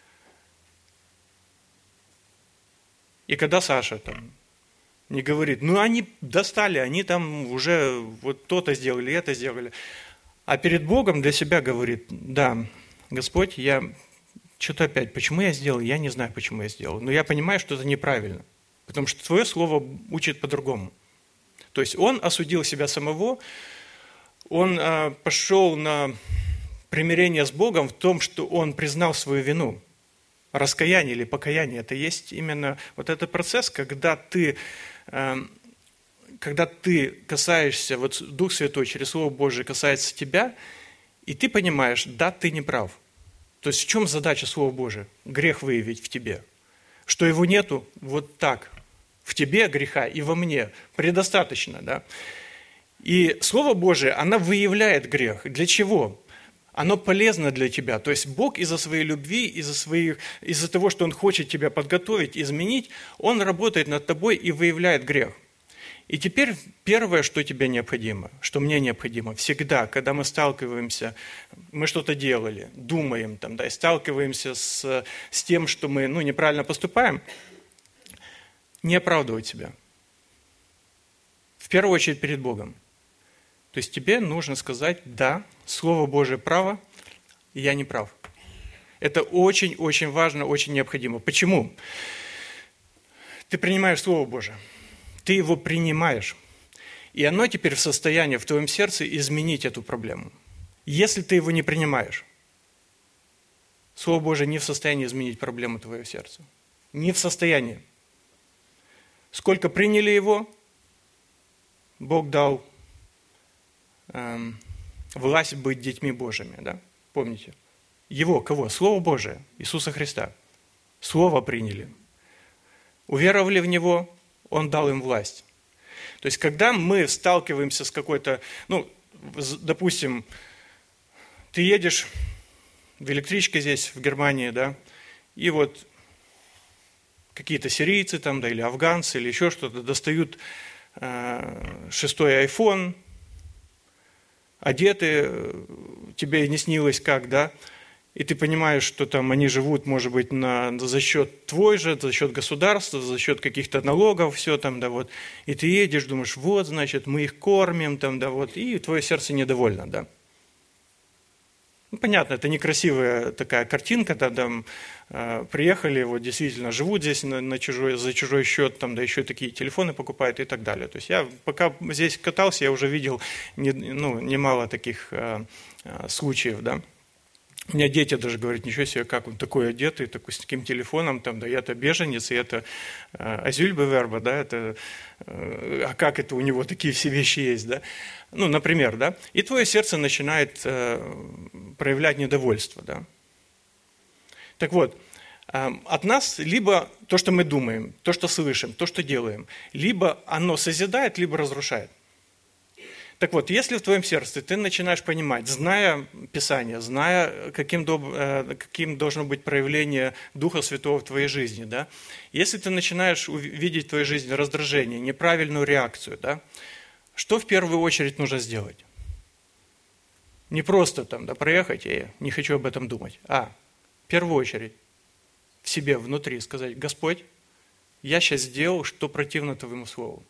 И когда Саша там не говорит, ну они достали, они там уже вот то-то сделали, это сделали. А перед Богом для себя говорит, да, Господь, я что-то опять, почему я сделал, я не знаю, почему я сделал. Но я понимаю, что это неправильно, потому что Твое Слово учит по-другому. То есть он осудил себя самого, он а, пошел на примирение с Богом в том, что он признал свою вину. Раскаяние или покаяние – это есть именно вот этот процесс, когда ты, когда ты касаешься, вот Дух Святой через Слово Божие касается тебя, и ты понимаешь, да, ты не прав. То есть в чем задача Слова Божия? Грех выявить в тебе. Что его нету, вот так. В тебе греха и во мне предостаточно, да? И Слово Божие, оно выявляет грех. Для чего? Оно полезно для тебя. То есть Бог из-за своей любви, из-за, своих, из-за того, что Он хочет тебя подготовить, изменить, Он работает над тобой и выявляет грех. И теперь первое, что тебе необходимо, что мне необходимо, всегда, когда мы сталкиваемся, мы что-то делали, думаем, там, да, и сталкиваемся с, с тем, что мы ну, неправильно поступаем, не оправдывать себя. В первую очередь перед Богом. То есть тебе нужно сказать, да, Слово Божие право, и я не прав. Это очень-очень важно, очень необходимо. Почему? Ты принимаешь Слово Божие, ты его принимаешь, и оно теперь в состоянии в твоем сердце изменить эту проблему. Если ты его не принимаешь, Слово Божие не в состоянии изменить проблему твоего сердца. Не в состоянии. Сколько приняли его, Бог дал эм, власть быть детьми Божьими. Да? Помните? Его, кого? Слово Божие, Иисуса Христа. Слово приняли. Уверовали в Него, Он дал им власть. То есть, когда мы сталкиваемся с какой-то, ну, допустим, ты едешь в электричке здесь, в Германии, да, и вот какие-то сирийцы там, да, или афганцы, или еще что-то, достают э, шестой айфон, одеты, тебе не снилось как, да, и ты понимаешь, что там они живут, может быть, на, за счет твой же, за счет государства, за счет каких-то налогов, все там, да, вот. И ты едешь, думаешь, вот, значит, мы их кормим, там, да, вот, и твое сердце недовольно, да. Ну, понятно, это некрасивая такая картинка, да, там, э, приехали, вот, действительно, живут здесь на, на чужой, за чужой счет, там, да, еще такие телефоны покупают и так далее. То есть я, пока здесь катался, я уже видел не, ну, немало таких э, э, случаев, да. У меня дети даже говорят, ничего себе, как он такой одетый, такой, с таким телефоном, там, да, я-то беженец, и это э, азюльбеверба, да, это, э, а как это у него такие все вещи есть, да, ну, например, да, и твое сердце начинает э, проявлять недовольство, да. Так вот, э, от нас либо то, что мы думаем, то, что слышим, то, что делаем, либо оно созидает, либо разрушает. Так вот, если в твоем сердце ты начинаешь понимать, зная Писание, зная, каким, доб... каким должно быть проявление Духа Святого в твоей жизни, да, если ты начинаешь видеть в твоей жизни раздражение, неправильную реакцию, да, что в первую очередь нужно сделать? Не просто там, да, проехать, я не хочу об этом думать, а в первую очередь в себе, внутри сказать, Господь, я сейчас сделал, что противно Твоему Слову.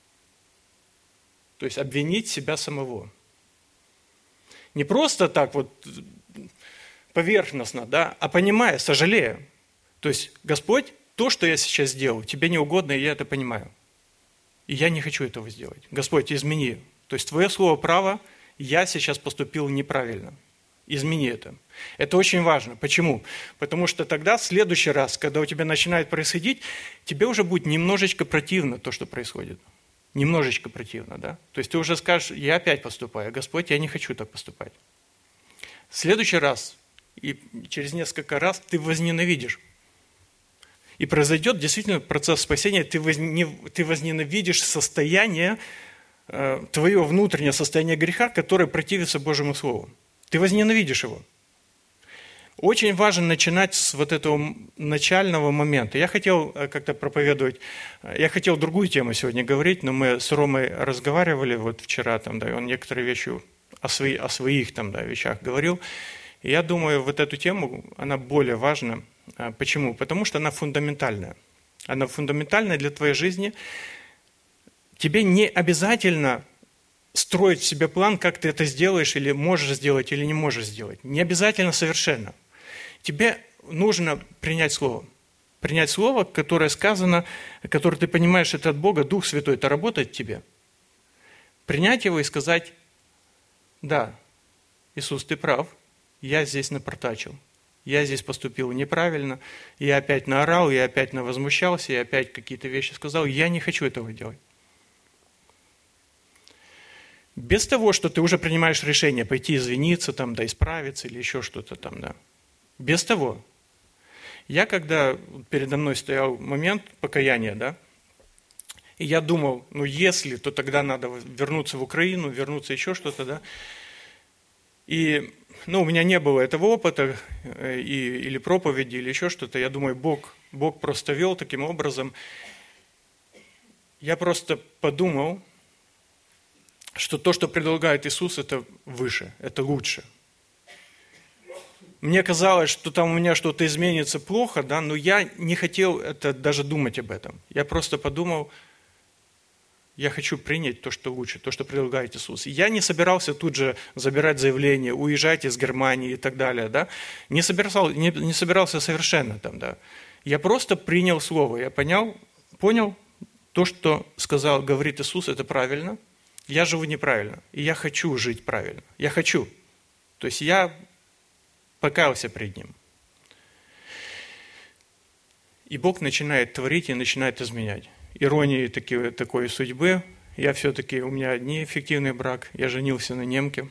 То есть обвинить себя самого. Не просто так вот поверхностно, да, а понимая, сожалея. То есть, Господь, то, что я сейчас сделал, тебе не угодно, и я это понимаю. И я не хочу этого сделать. Господь, измени. То есть, Твое слово право, я сейчас поступил неправильно. Измени это. Это очень важно. Почему? Потому что тогда в следующий раз, когда у тебя начинает происходить, тебе уже будет немножечко противно то, что происходит. Немножечко противно, да? То есть ты уже скажешь, я опять поступаю, Господь, я не хочу так поступать. В следующий раз и через несколько раз ты возненавидишь. И произойдет действительно процесс спасения, ты, возне, ты возненавидишь состояние, э, твое внутреннее состояние греха, которое противится Божьему Слову. Ты возненавидишь его. Очень важно начинать с вот этого начального момента. Я хотел как-то проповедовать, я хотел другую тему сегодня говорить, но мы с Ромой разговаривали вот вчера, там, да, и он некоторые вещи о, свои, о своих там, да, вещах говорил. И я думаю, вот эту тему, она более важна. Почему? Потому что она фундаментальная. Она фундаментальная для твоей жизни. Тебе не обязательно строить в себе план, как ты это сделаешь, или можешь сделать, или не можешь сделать. Не обязательно совершенно. Тебе нужно принять Слово. Принять Слово, которое сказано, которое ты понимаешь, это от Бога, Дух Святой, это работает в тебе. Принять его и сказать, да, Иисус, ты прав, я здесь напортачил, я здесь поступил неправильно, я опять наорал, я опять навозмущался, я опять какие-то вещи сказал, я не хочу этого делать. Без того, что ты уже принимаешь решение пойти извиниться, там, да, исправиться или еще что-то там, да. Без того. Я, когда передо мной стоял момент покаяния, да, и я думал, ну, если, то тогда надо вернуться в Украину, вернуться еще что-то, да. И, ну, у меня не было этого опыта, и, или проповеди, или еще что-то. Я думаю, Бог, Бог просто вел таким образом. Я просто подумал, что то, что предлагает Иисус, это выше, это лучше. Мне казалось, что там у меня что-то изменится плохо, да, но я не хотел это даже думать об этом. Я просто подумал, Я хочу принять то, что лучше, то, что предлагает Иисус. Я не собирался тут же забирать заявление, уезжать из Германии и так далее. Да? Не, собирался, не, не собирался совершенно там. Да? Я просто принял Слово. Я понял, понял то, что сказал, говорит Иисус, это правильно. Я живу неправильно. И я хочу жить правильно. Я хочу. То есть я покаялся пред Ним. И Бог начинает творить и начинает изменять. Иронии такие, такой судьбы. Я все-таки, у меня неэффективный брак. Я женился на немке.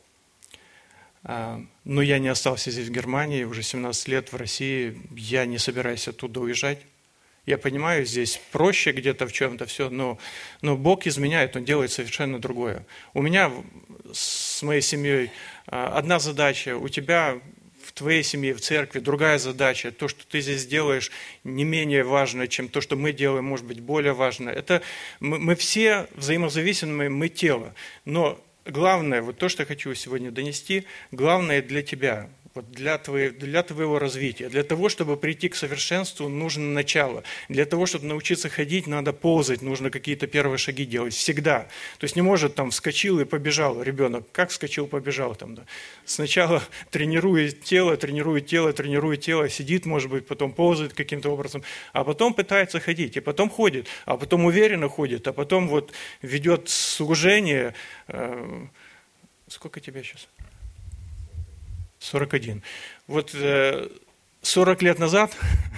Но я не остался здесь, в Германии. Уже семнадцать лет в России. Я не собираюсь оттуда уезжать. Я понимаю, здесь проще где-то в чем-то все, но, но Бог изменяет, Он делает совершенно другое. У меня с моей семьей одна задача, у тебя в твоей семье, в церкви другая задача. То, что ты здесь делаешь, не менее важно, чем то, что мы делаем, может быть, более важно. Это мы, мы все взаимозависимые, мы тело. Но главное, вот то, что я хочу сегодня донести, главное для тебя. Вот для, твоего, для твоего развития, для того, чтобы прийти к совершенству, нужно начало. Для того, чтобы научиться ходить, надо ползать, нужно какие-то первые шаги делать. Всегда. То есть не может там вскочил и побежал ребенок. Как вскочил, побежал там, да? Сначала тренирует тело, тренирует тело, тренирует тело, сидит, может быть, потом ползает каким-то образом, а потом пытается ходить, и потом ходит, а потом уверенно ходит, а потом вот ведет служение. Сколько тебе сейчас? сорок один. Вот сорок лет назад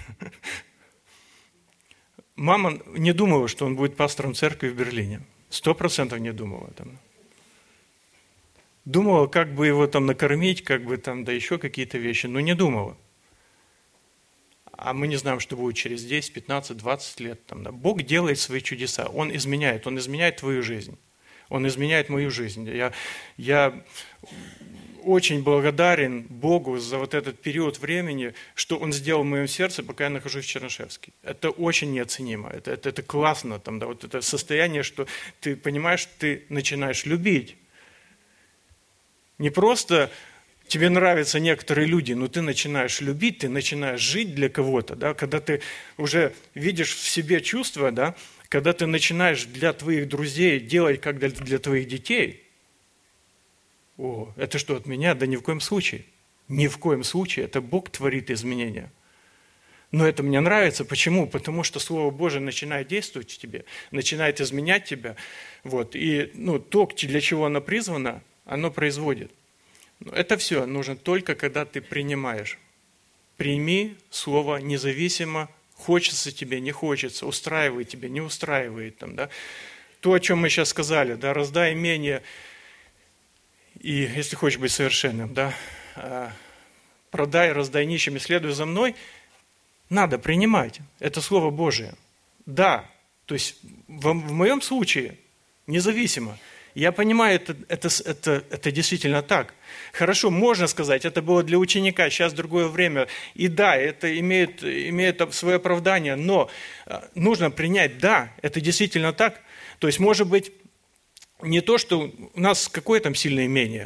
мама не думала, что он будет пастором церкви в Берлине. Сто процентов не думала. Там. Думала, как бы его там накормить, как бы там, да еще какие-то вещи, но не думала. А мы не знаем, что будет через десять, пятнадцать, двадцать лет. Там, да. Бог делает свои чудеса. Он изменяет. Он изменяет твою жизнь. Он изменяет мою жизнь. Я... я очень благодарен Богу за вот этот период времени, что Он сделал в моем сердце, пока я нахожусь в Чернышевске. Это очень неоценимо, это, это, это классно, там, да, вот это состояние, что ты понимаешь, ты начинаешь любить. Не просто тебе нравятся некоторые люди, но ты начинаешь любить, ты начинаешь жить для кого-то, да, когда ты уже видишь в себе чувства, да, когда ты начинаешь для твоих друзей делать как для, для твоих детей. О, это что, от меня? Да ни в коем случае. Ни в коем случае. Это Бог творит изменения. Но это мне нравится. Почему? Потому что Слово Божие начинает действовать в тебе, начинает изменять тебя. Вот. И ну, то, для чего оно призвано, оно производит. Но это все нужно только, когда ты принимаешь. Прими Слово независимо, хочется тебе, не хочется, устраивает тебе, не устраивает. Там, да? То, о чем мы сейчас сказали, да, раздай имение. И если хочешь быть совершенным, да, продай, раздай нищим и следуй за мной, надо принимать. Это Слово Божие. Да, то есть в, в моем случае независимо. Я понимаю, это, это, это, это действительно так. Хорошо, можно сказать, это было для ученика, сейчас другое время. И да, это имеет, имеет свое оправдание, но нужно принять, да, это действительно так. То есть, может быть, не то, что у нас какое там сильное имение.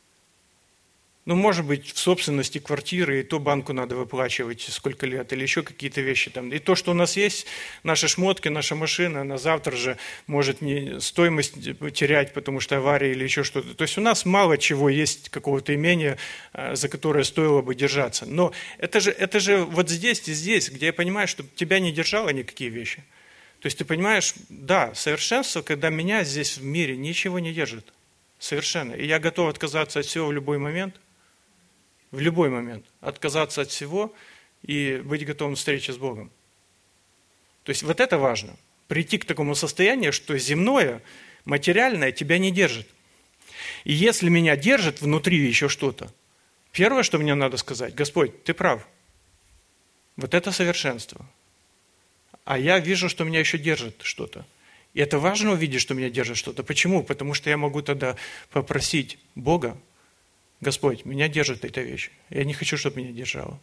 Ну, может быть, в собственности квартиры, и то банку надо выплачивать сколько лет, или еще какие-то вещи там. И то, что у нас есть, наши шмотки, наша машина, она завтра же может не стоимость терять, потому что авария или еще что-то. То есть у нас мало чего есть, какого-то имения, за которое стоило бы держаться. Но это же, это же вот здесь и здесь, где я понимаю, что тебя не держало никакие вещи. То есть ты понимаешь, да, совершенство, когда меня здесь в мире ничего не держит. Совершенно. И я готов отказаться от всего в любой момент. В любой момент. Отказаться от всего и быть готовым к встрече с Богом. То есть вот это важно. Прийти к такому состоянию, что земное, материальное тебя не держит. И если меня держит внутри еще что-то, первое, что мне надо сказать, Господь, ты прав. Вот это совершенство. А я вижу, что меня еще держит что-то. И это важно увидеть, что меня держит что-то. Почему? Потому что я могу тогда попросить Бога, Господь, меня держит эта вещь. Я не хочу, чтобы меня держало.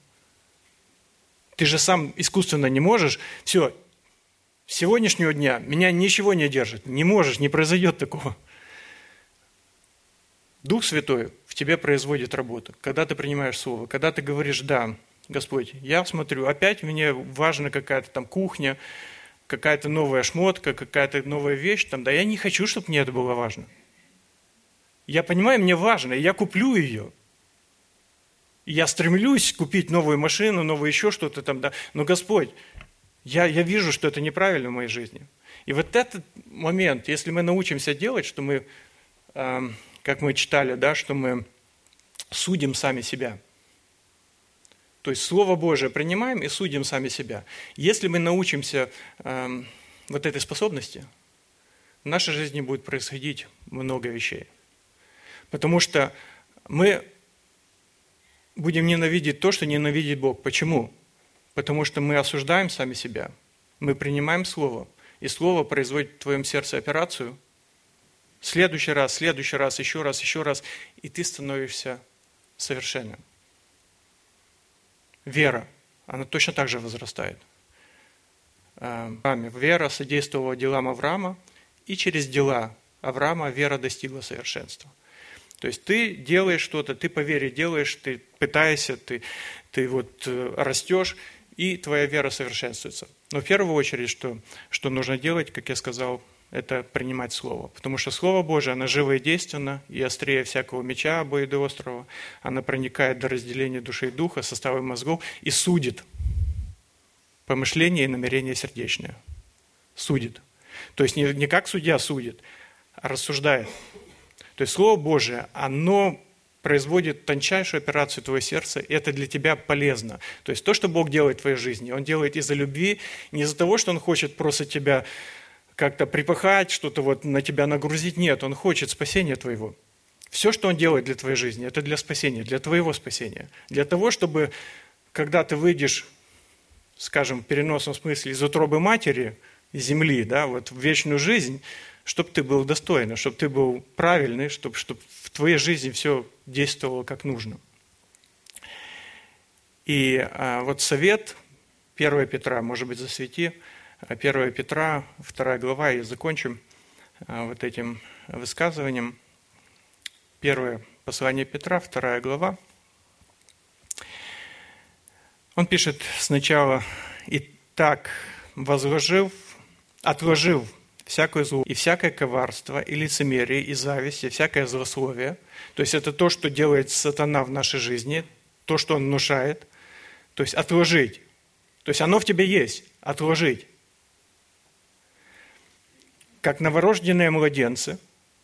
Ты же сам искусственно не можешь. Все, с сегодняшнего дня меня ничего не держит. Не можешь, не произойдет такого. Дух Святой в тебе производит работу. Когда ты принимаешь Слово, когда ты говоришь «да», Господь, я смотрю, опять мне важна какая-то там кухня, какая-то новая шмотка, какая-то новая вещь, там, да я не хочу, чтобы мне это было важно. Я понимаю, мне важно, и я куплю ее. Я стремлюсь купить новую машину, новое еще что-то там, да. Но Господь, я, я вижу, что это неправильно в моей жизни. И вот этот момент, если мы научимся делать, что мы, э, как мы читали, да, что мы судим сами себя. То есть Слово Божие принимаем и судим сами себя. Если мы научимся э, вот этой способности, в нашей жизни будет происходить много вещей. Потому что мы будем ненавидеть то, что ненавидит Бог. Почему? Потому что мы осуждаем сами себя. Мы принимаем Слово, и Слово производит в твоем сердце операцию. Следующий раз, следующий раз, еще раз, еще раз, и ты становишься совершенным. Вера, она точно так же возрастает. Вера содействовала делам Авраама, и через дела Авраама вера достигла совершенства. То есть ты делаешь что-то, ты по вере делаешь, ты пытаешься, ты, ты вот растешь, и твоя вера совершенствуется. Но в первую очередь, что, что нужно делать, как я сказал, это принимать Слово. Потому что Слово Божие, оно живо и действенно, и острее всякого меча обоюдоострого. Оно проникает до разделения души и духа, состава мозгов, и судит помышления и намерения сердечные. Судит. То есть не, не как судья судит, а рассуждает. То есть Слово Божие, оно производит тончайшую операцию твоего сердца, и это для тебя полезно. То есть то, что Бог делает в твоей жизни, Он делает из-за любви, не из-за того, что Он хочет просто тебя как-то припахать, что-то вот на тебя нагрузить. Нет, Он хочет спасения твоего. Все, что Он делает для твоей жизни, это для спасения, для твоего спасения. Для того, чтобы, когда ты выйдешь, скажем, в переносном смысле из утробы матери, из земли, да, вот в вечную жизнь, чтобы ты был достойный, чтобы ты был правильный, чтобы, чтобы в твоей жизни все действовало как нужно. И а, вот совет первого Петра, может быть, засвети, первого Петра, вторая глава, и закончим а, вот этим высказыванием. Первое послание Петра, вторая глава. Он пишет сначала: «Итак, возложив, отложив всякое зло и всякое коварство, и лицемерие, и зависть, и всякое злословие». То есть это то, что делает сатана в нашей жизни, то, что он внушает. То есть отложить. То есть оно в тебе есть. Отложить. Как новорожденные младенцы,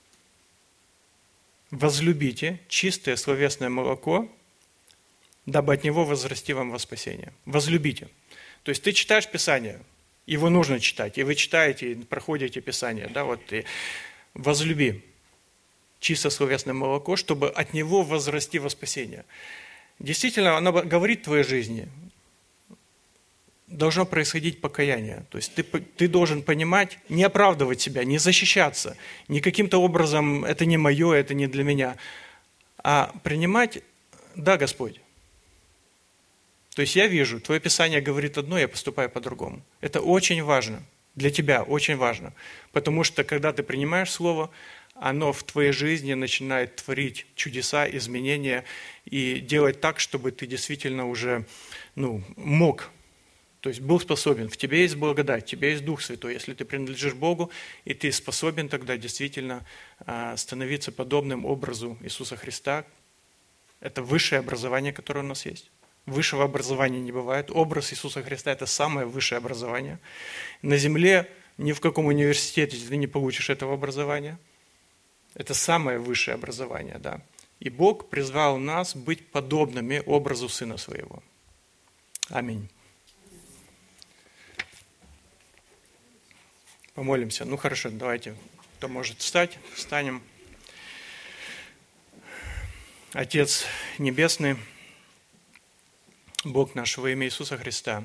возлюбите чистое словесное молоко, дабы от него возрасти вам во спасение. Возлюбите. То есть ты читаешь Писание, его нужно читать, и вы читаете, и проходите Писание, да, вот, и возлюби чисто словесное молоко, чтобы от него возрасти во спасение. Действительно, оно говорит в твоей жизни, должно происходить покаяние. То есть ты, ты должен понимать, не оправдывать себя, не защищаться, не каким-то образом это не мое, это не для меня, а принимать: да, Господь. То есть я вижу, твое Писание говорит одно, я поступаю по-другому. Это очень важно, для тебя очень важно. Потому что когда ты принимаешь Слово, оно в твоей жизни начинает творить чудеса, изменения и делать так, чтобы ты действительно уже ну, мог, то есть был способен. В тебе есть благодать, в тебе есть Дух Святой. Если ты принадлежишь Богу, и ты способен тогда действительно становиться подобным образу Иисуса Христа. Это высшее образование, которое у нас есть. Высшего образования не бывает. Образ Иисуса Христа – это самое высшее образование. На земле ни в каком университете ты не получишь этого образования. Это самое высшее образование, да. И Бог призвал нас быть подобными образу Сына Своего. Аминь. Помолимся. Ну хорошо, давайте, кто может встать, встанем. Отец Небесный, Бог наш, во имя Иисуса Христа,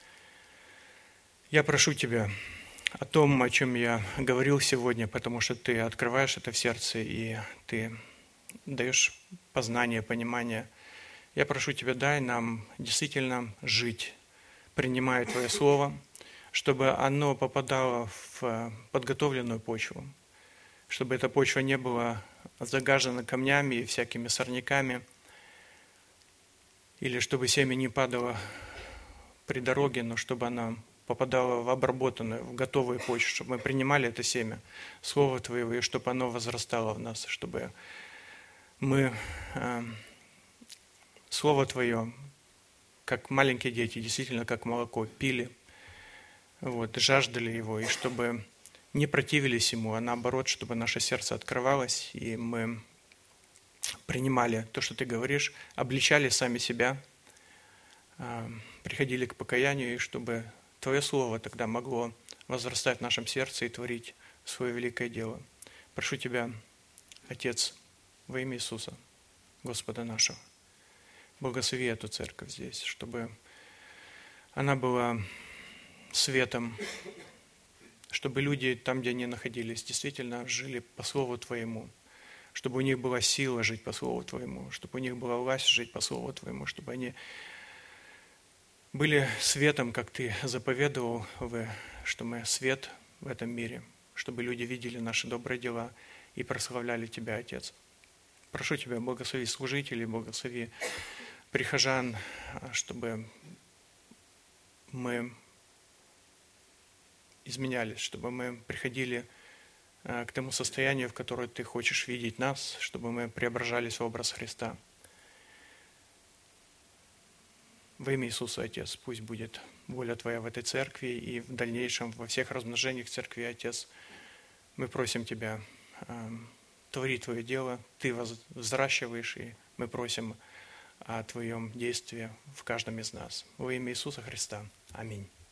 я прошу Тебя о том, о чем я говорил сегодня, потому что Ты открываешь это в сердце, и Ты даешь познание, понимание. Я прошу Тебя, дай нам действительно жить, принимая Твое Слово, чтобы оно попадало в подготовленную почву, чтобы эта почва не была загажена камнями и всякими сорняками, или чтобы семя не падало при дороге, но чтобы она попадало в обработанную, в готовую почву, чтобы мы принимали это семя Слова Твоего, и чтобы оно возрастало в нас, чтобы мы э, Слово Твое, как маленькие дети, действительно как молоко, пили, вот, жаждали его, и чтобы не противились ему, а наоборот, чтобы наше сердце открывалось, и мы принимали то, что Ты говоришь, обличали сами себя, приходили к покаянию, и чтобы Твое Слово тогда могло возрастать в нашем сердце и творить свое великое дело. Прошу Тебя, Отец, во имя Иисуса, Господа нашего, благослови эту церковь здесь, чтобы она была светом, чтобы люди там, где они находились, действительно жили по Слову Твоему, чтобы у них была сила жить по Слову Твоему, чтобы у них была власть жить по Слову Твоему, чтобы они были светом, как Ты заповедовал, что мы свет в этом мире, чтобы люди видели наши добрые дела и прославляли Тебя, Отец. Прошу Тебя, благослови служителей, благослови прихожан, чтобы мы изменялись, чтобы мы приходили к тому состоянию, в которое Ты хочешь видеть нас, чтобы мы преображались в образ Христа. Во имя Иисуса, Отец, пусть будет воля Твоя в этой церкви и в дальнейшем во всех размножениях церкви, Отец. Мы просим Тебя, э, твори Твое дело, Ты взращиваешь, и мы просим о Твоем действии в каждом из нас. Во имя Иисуса Христа. Аминь.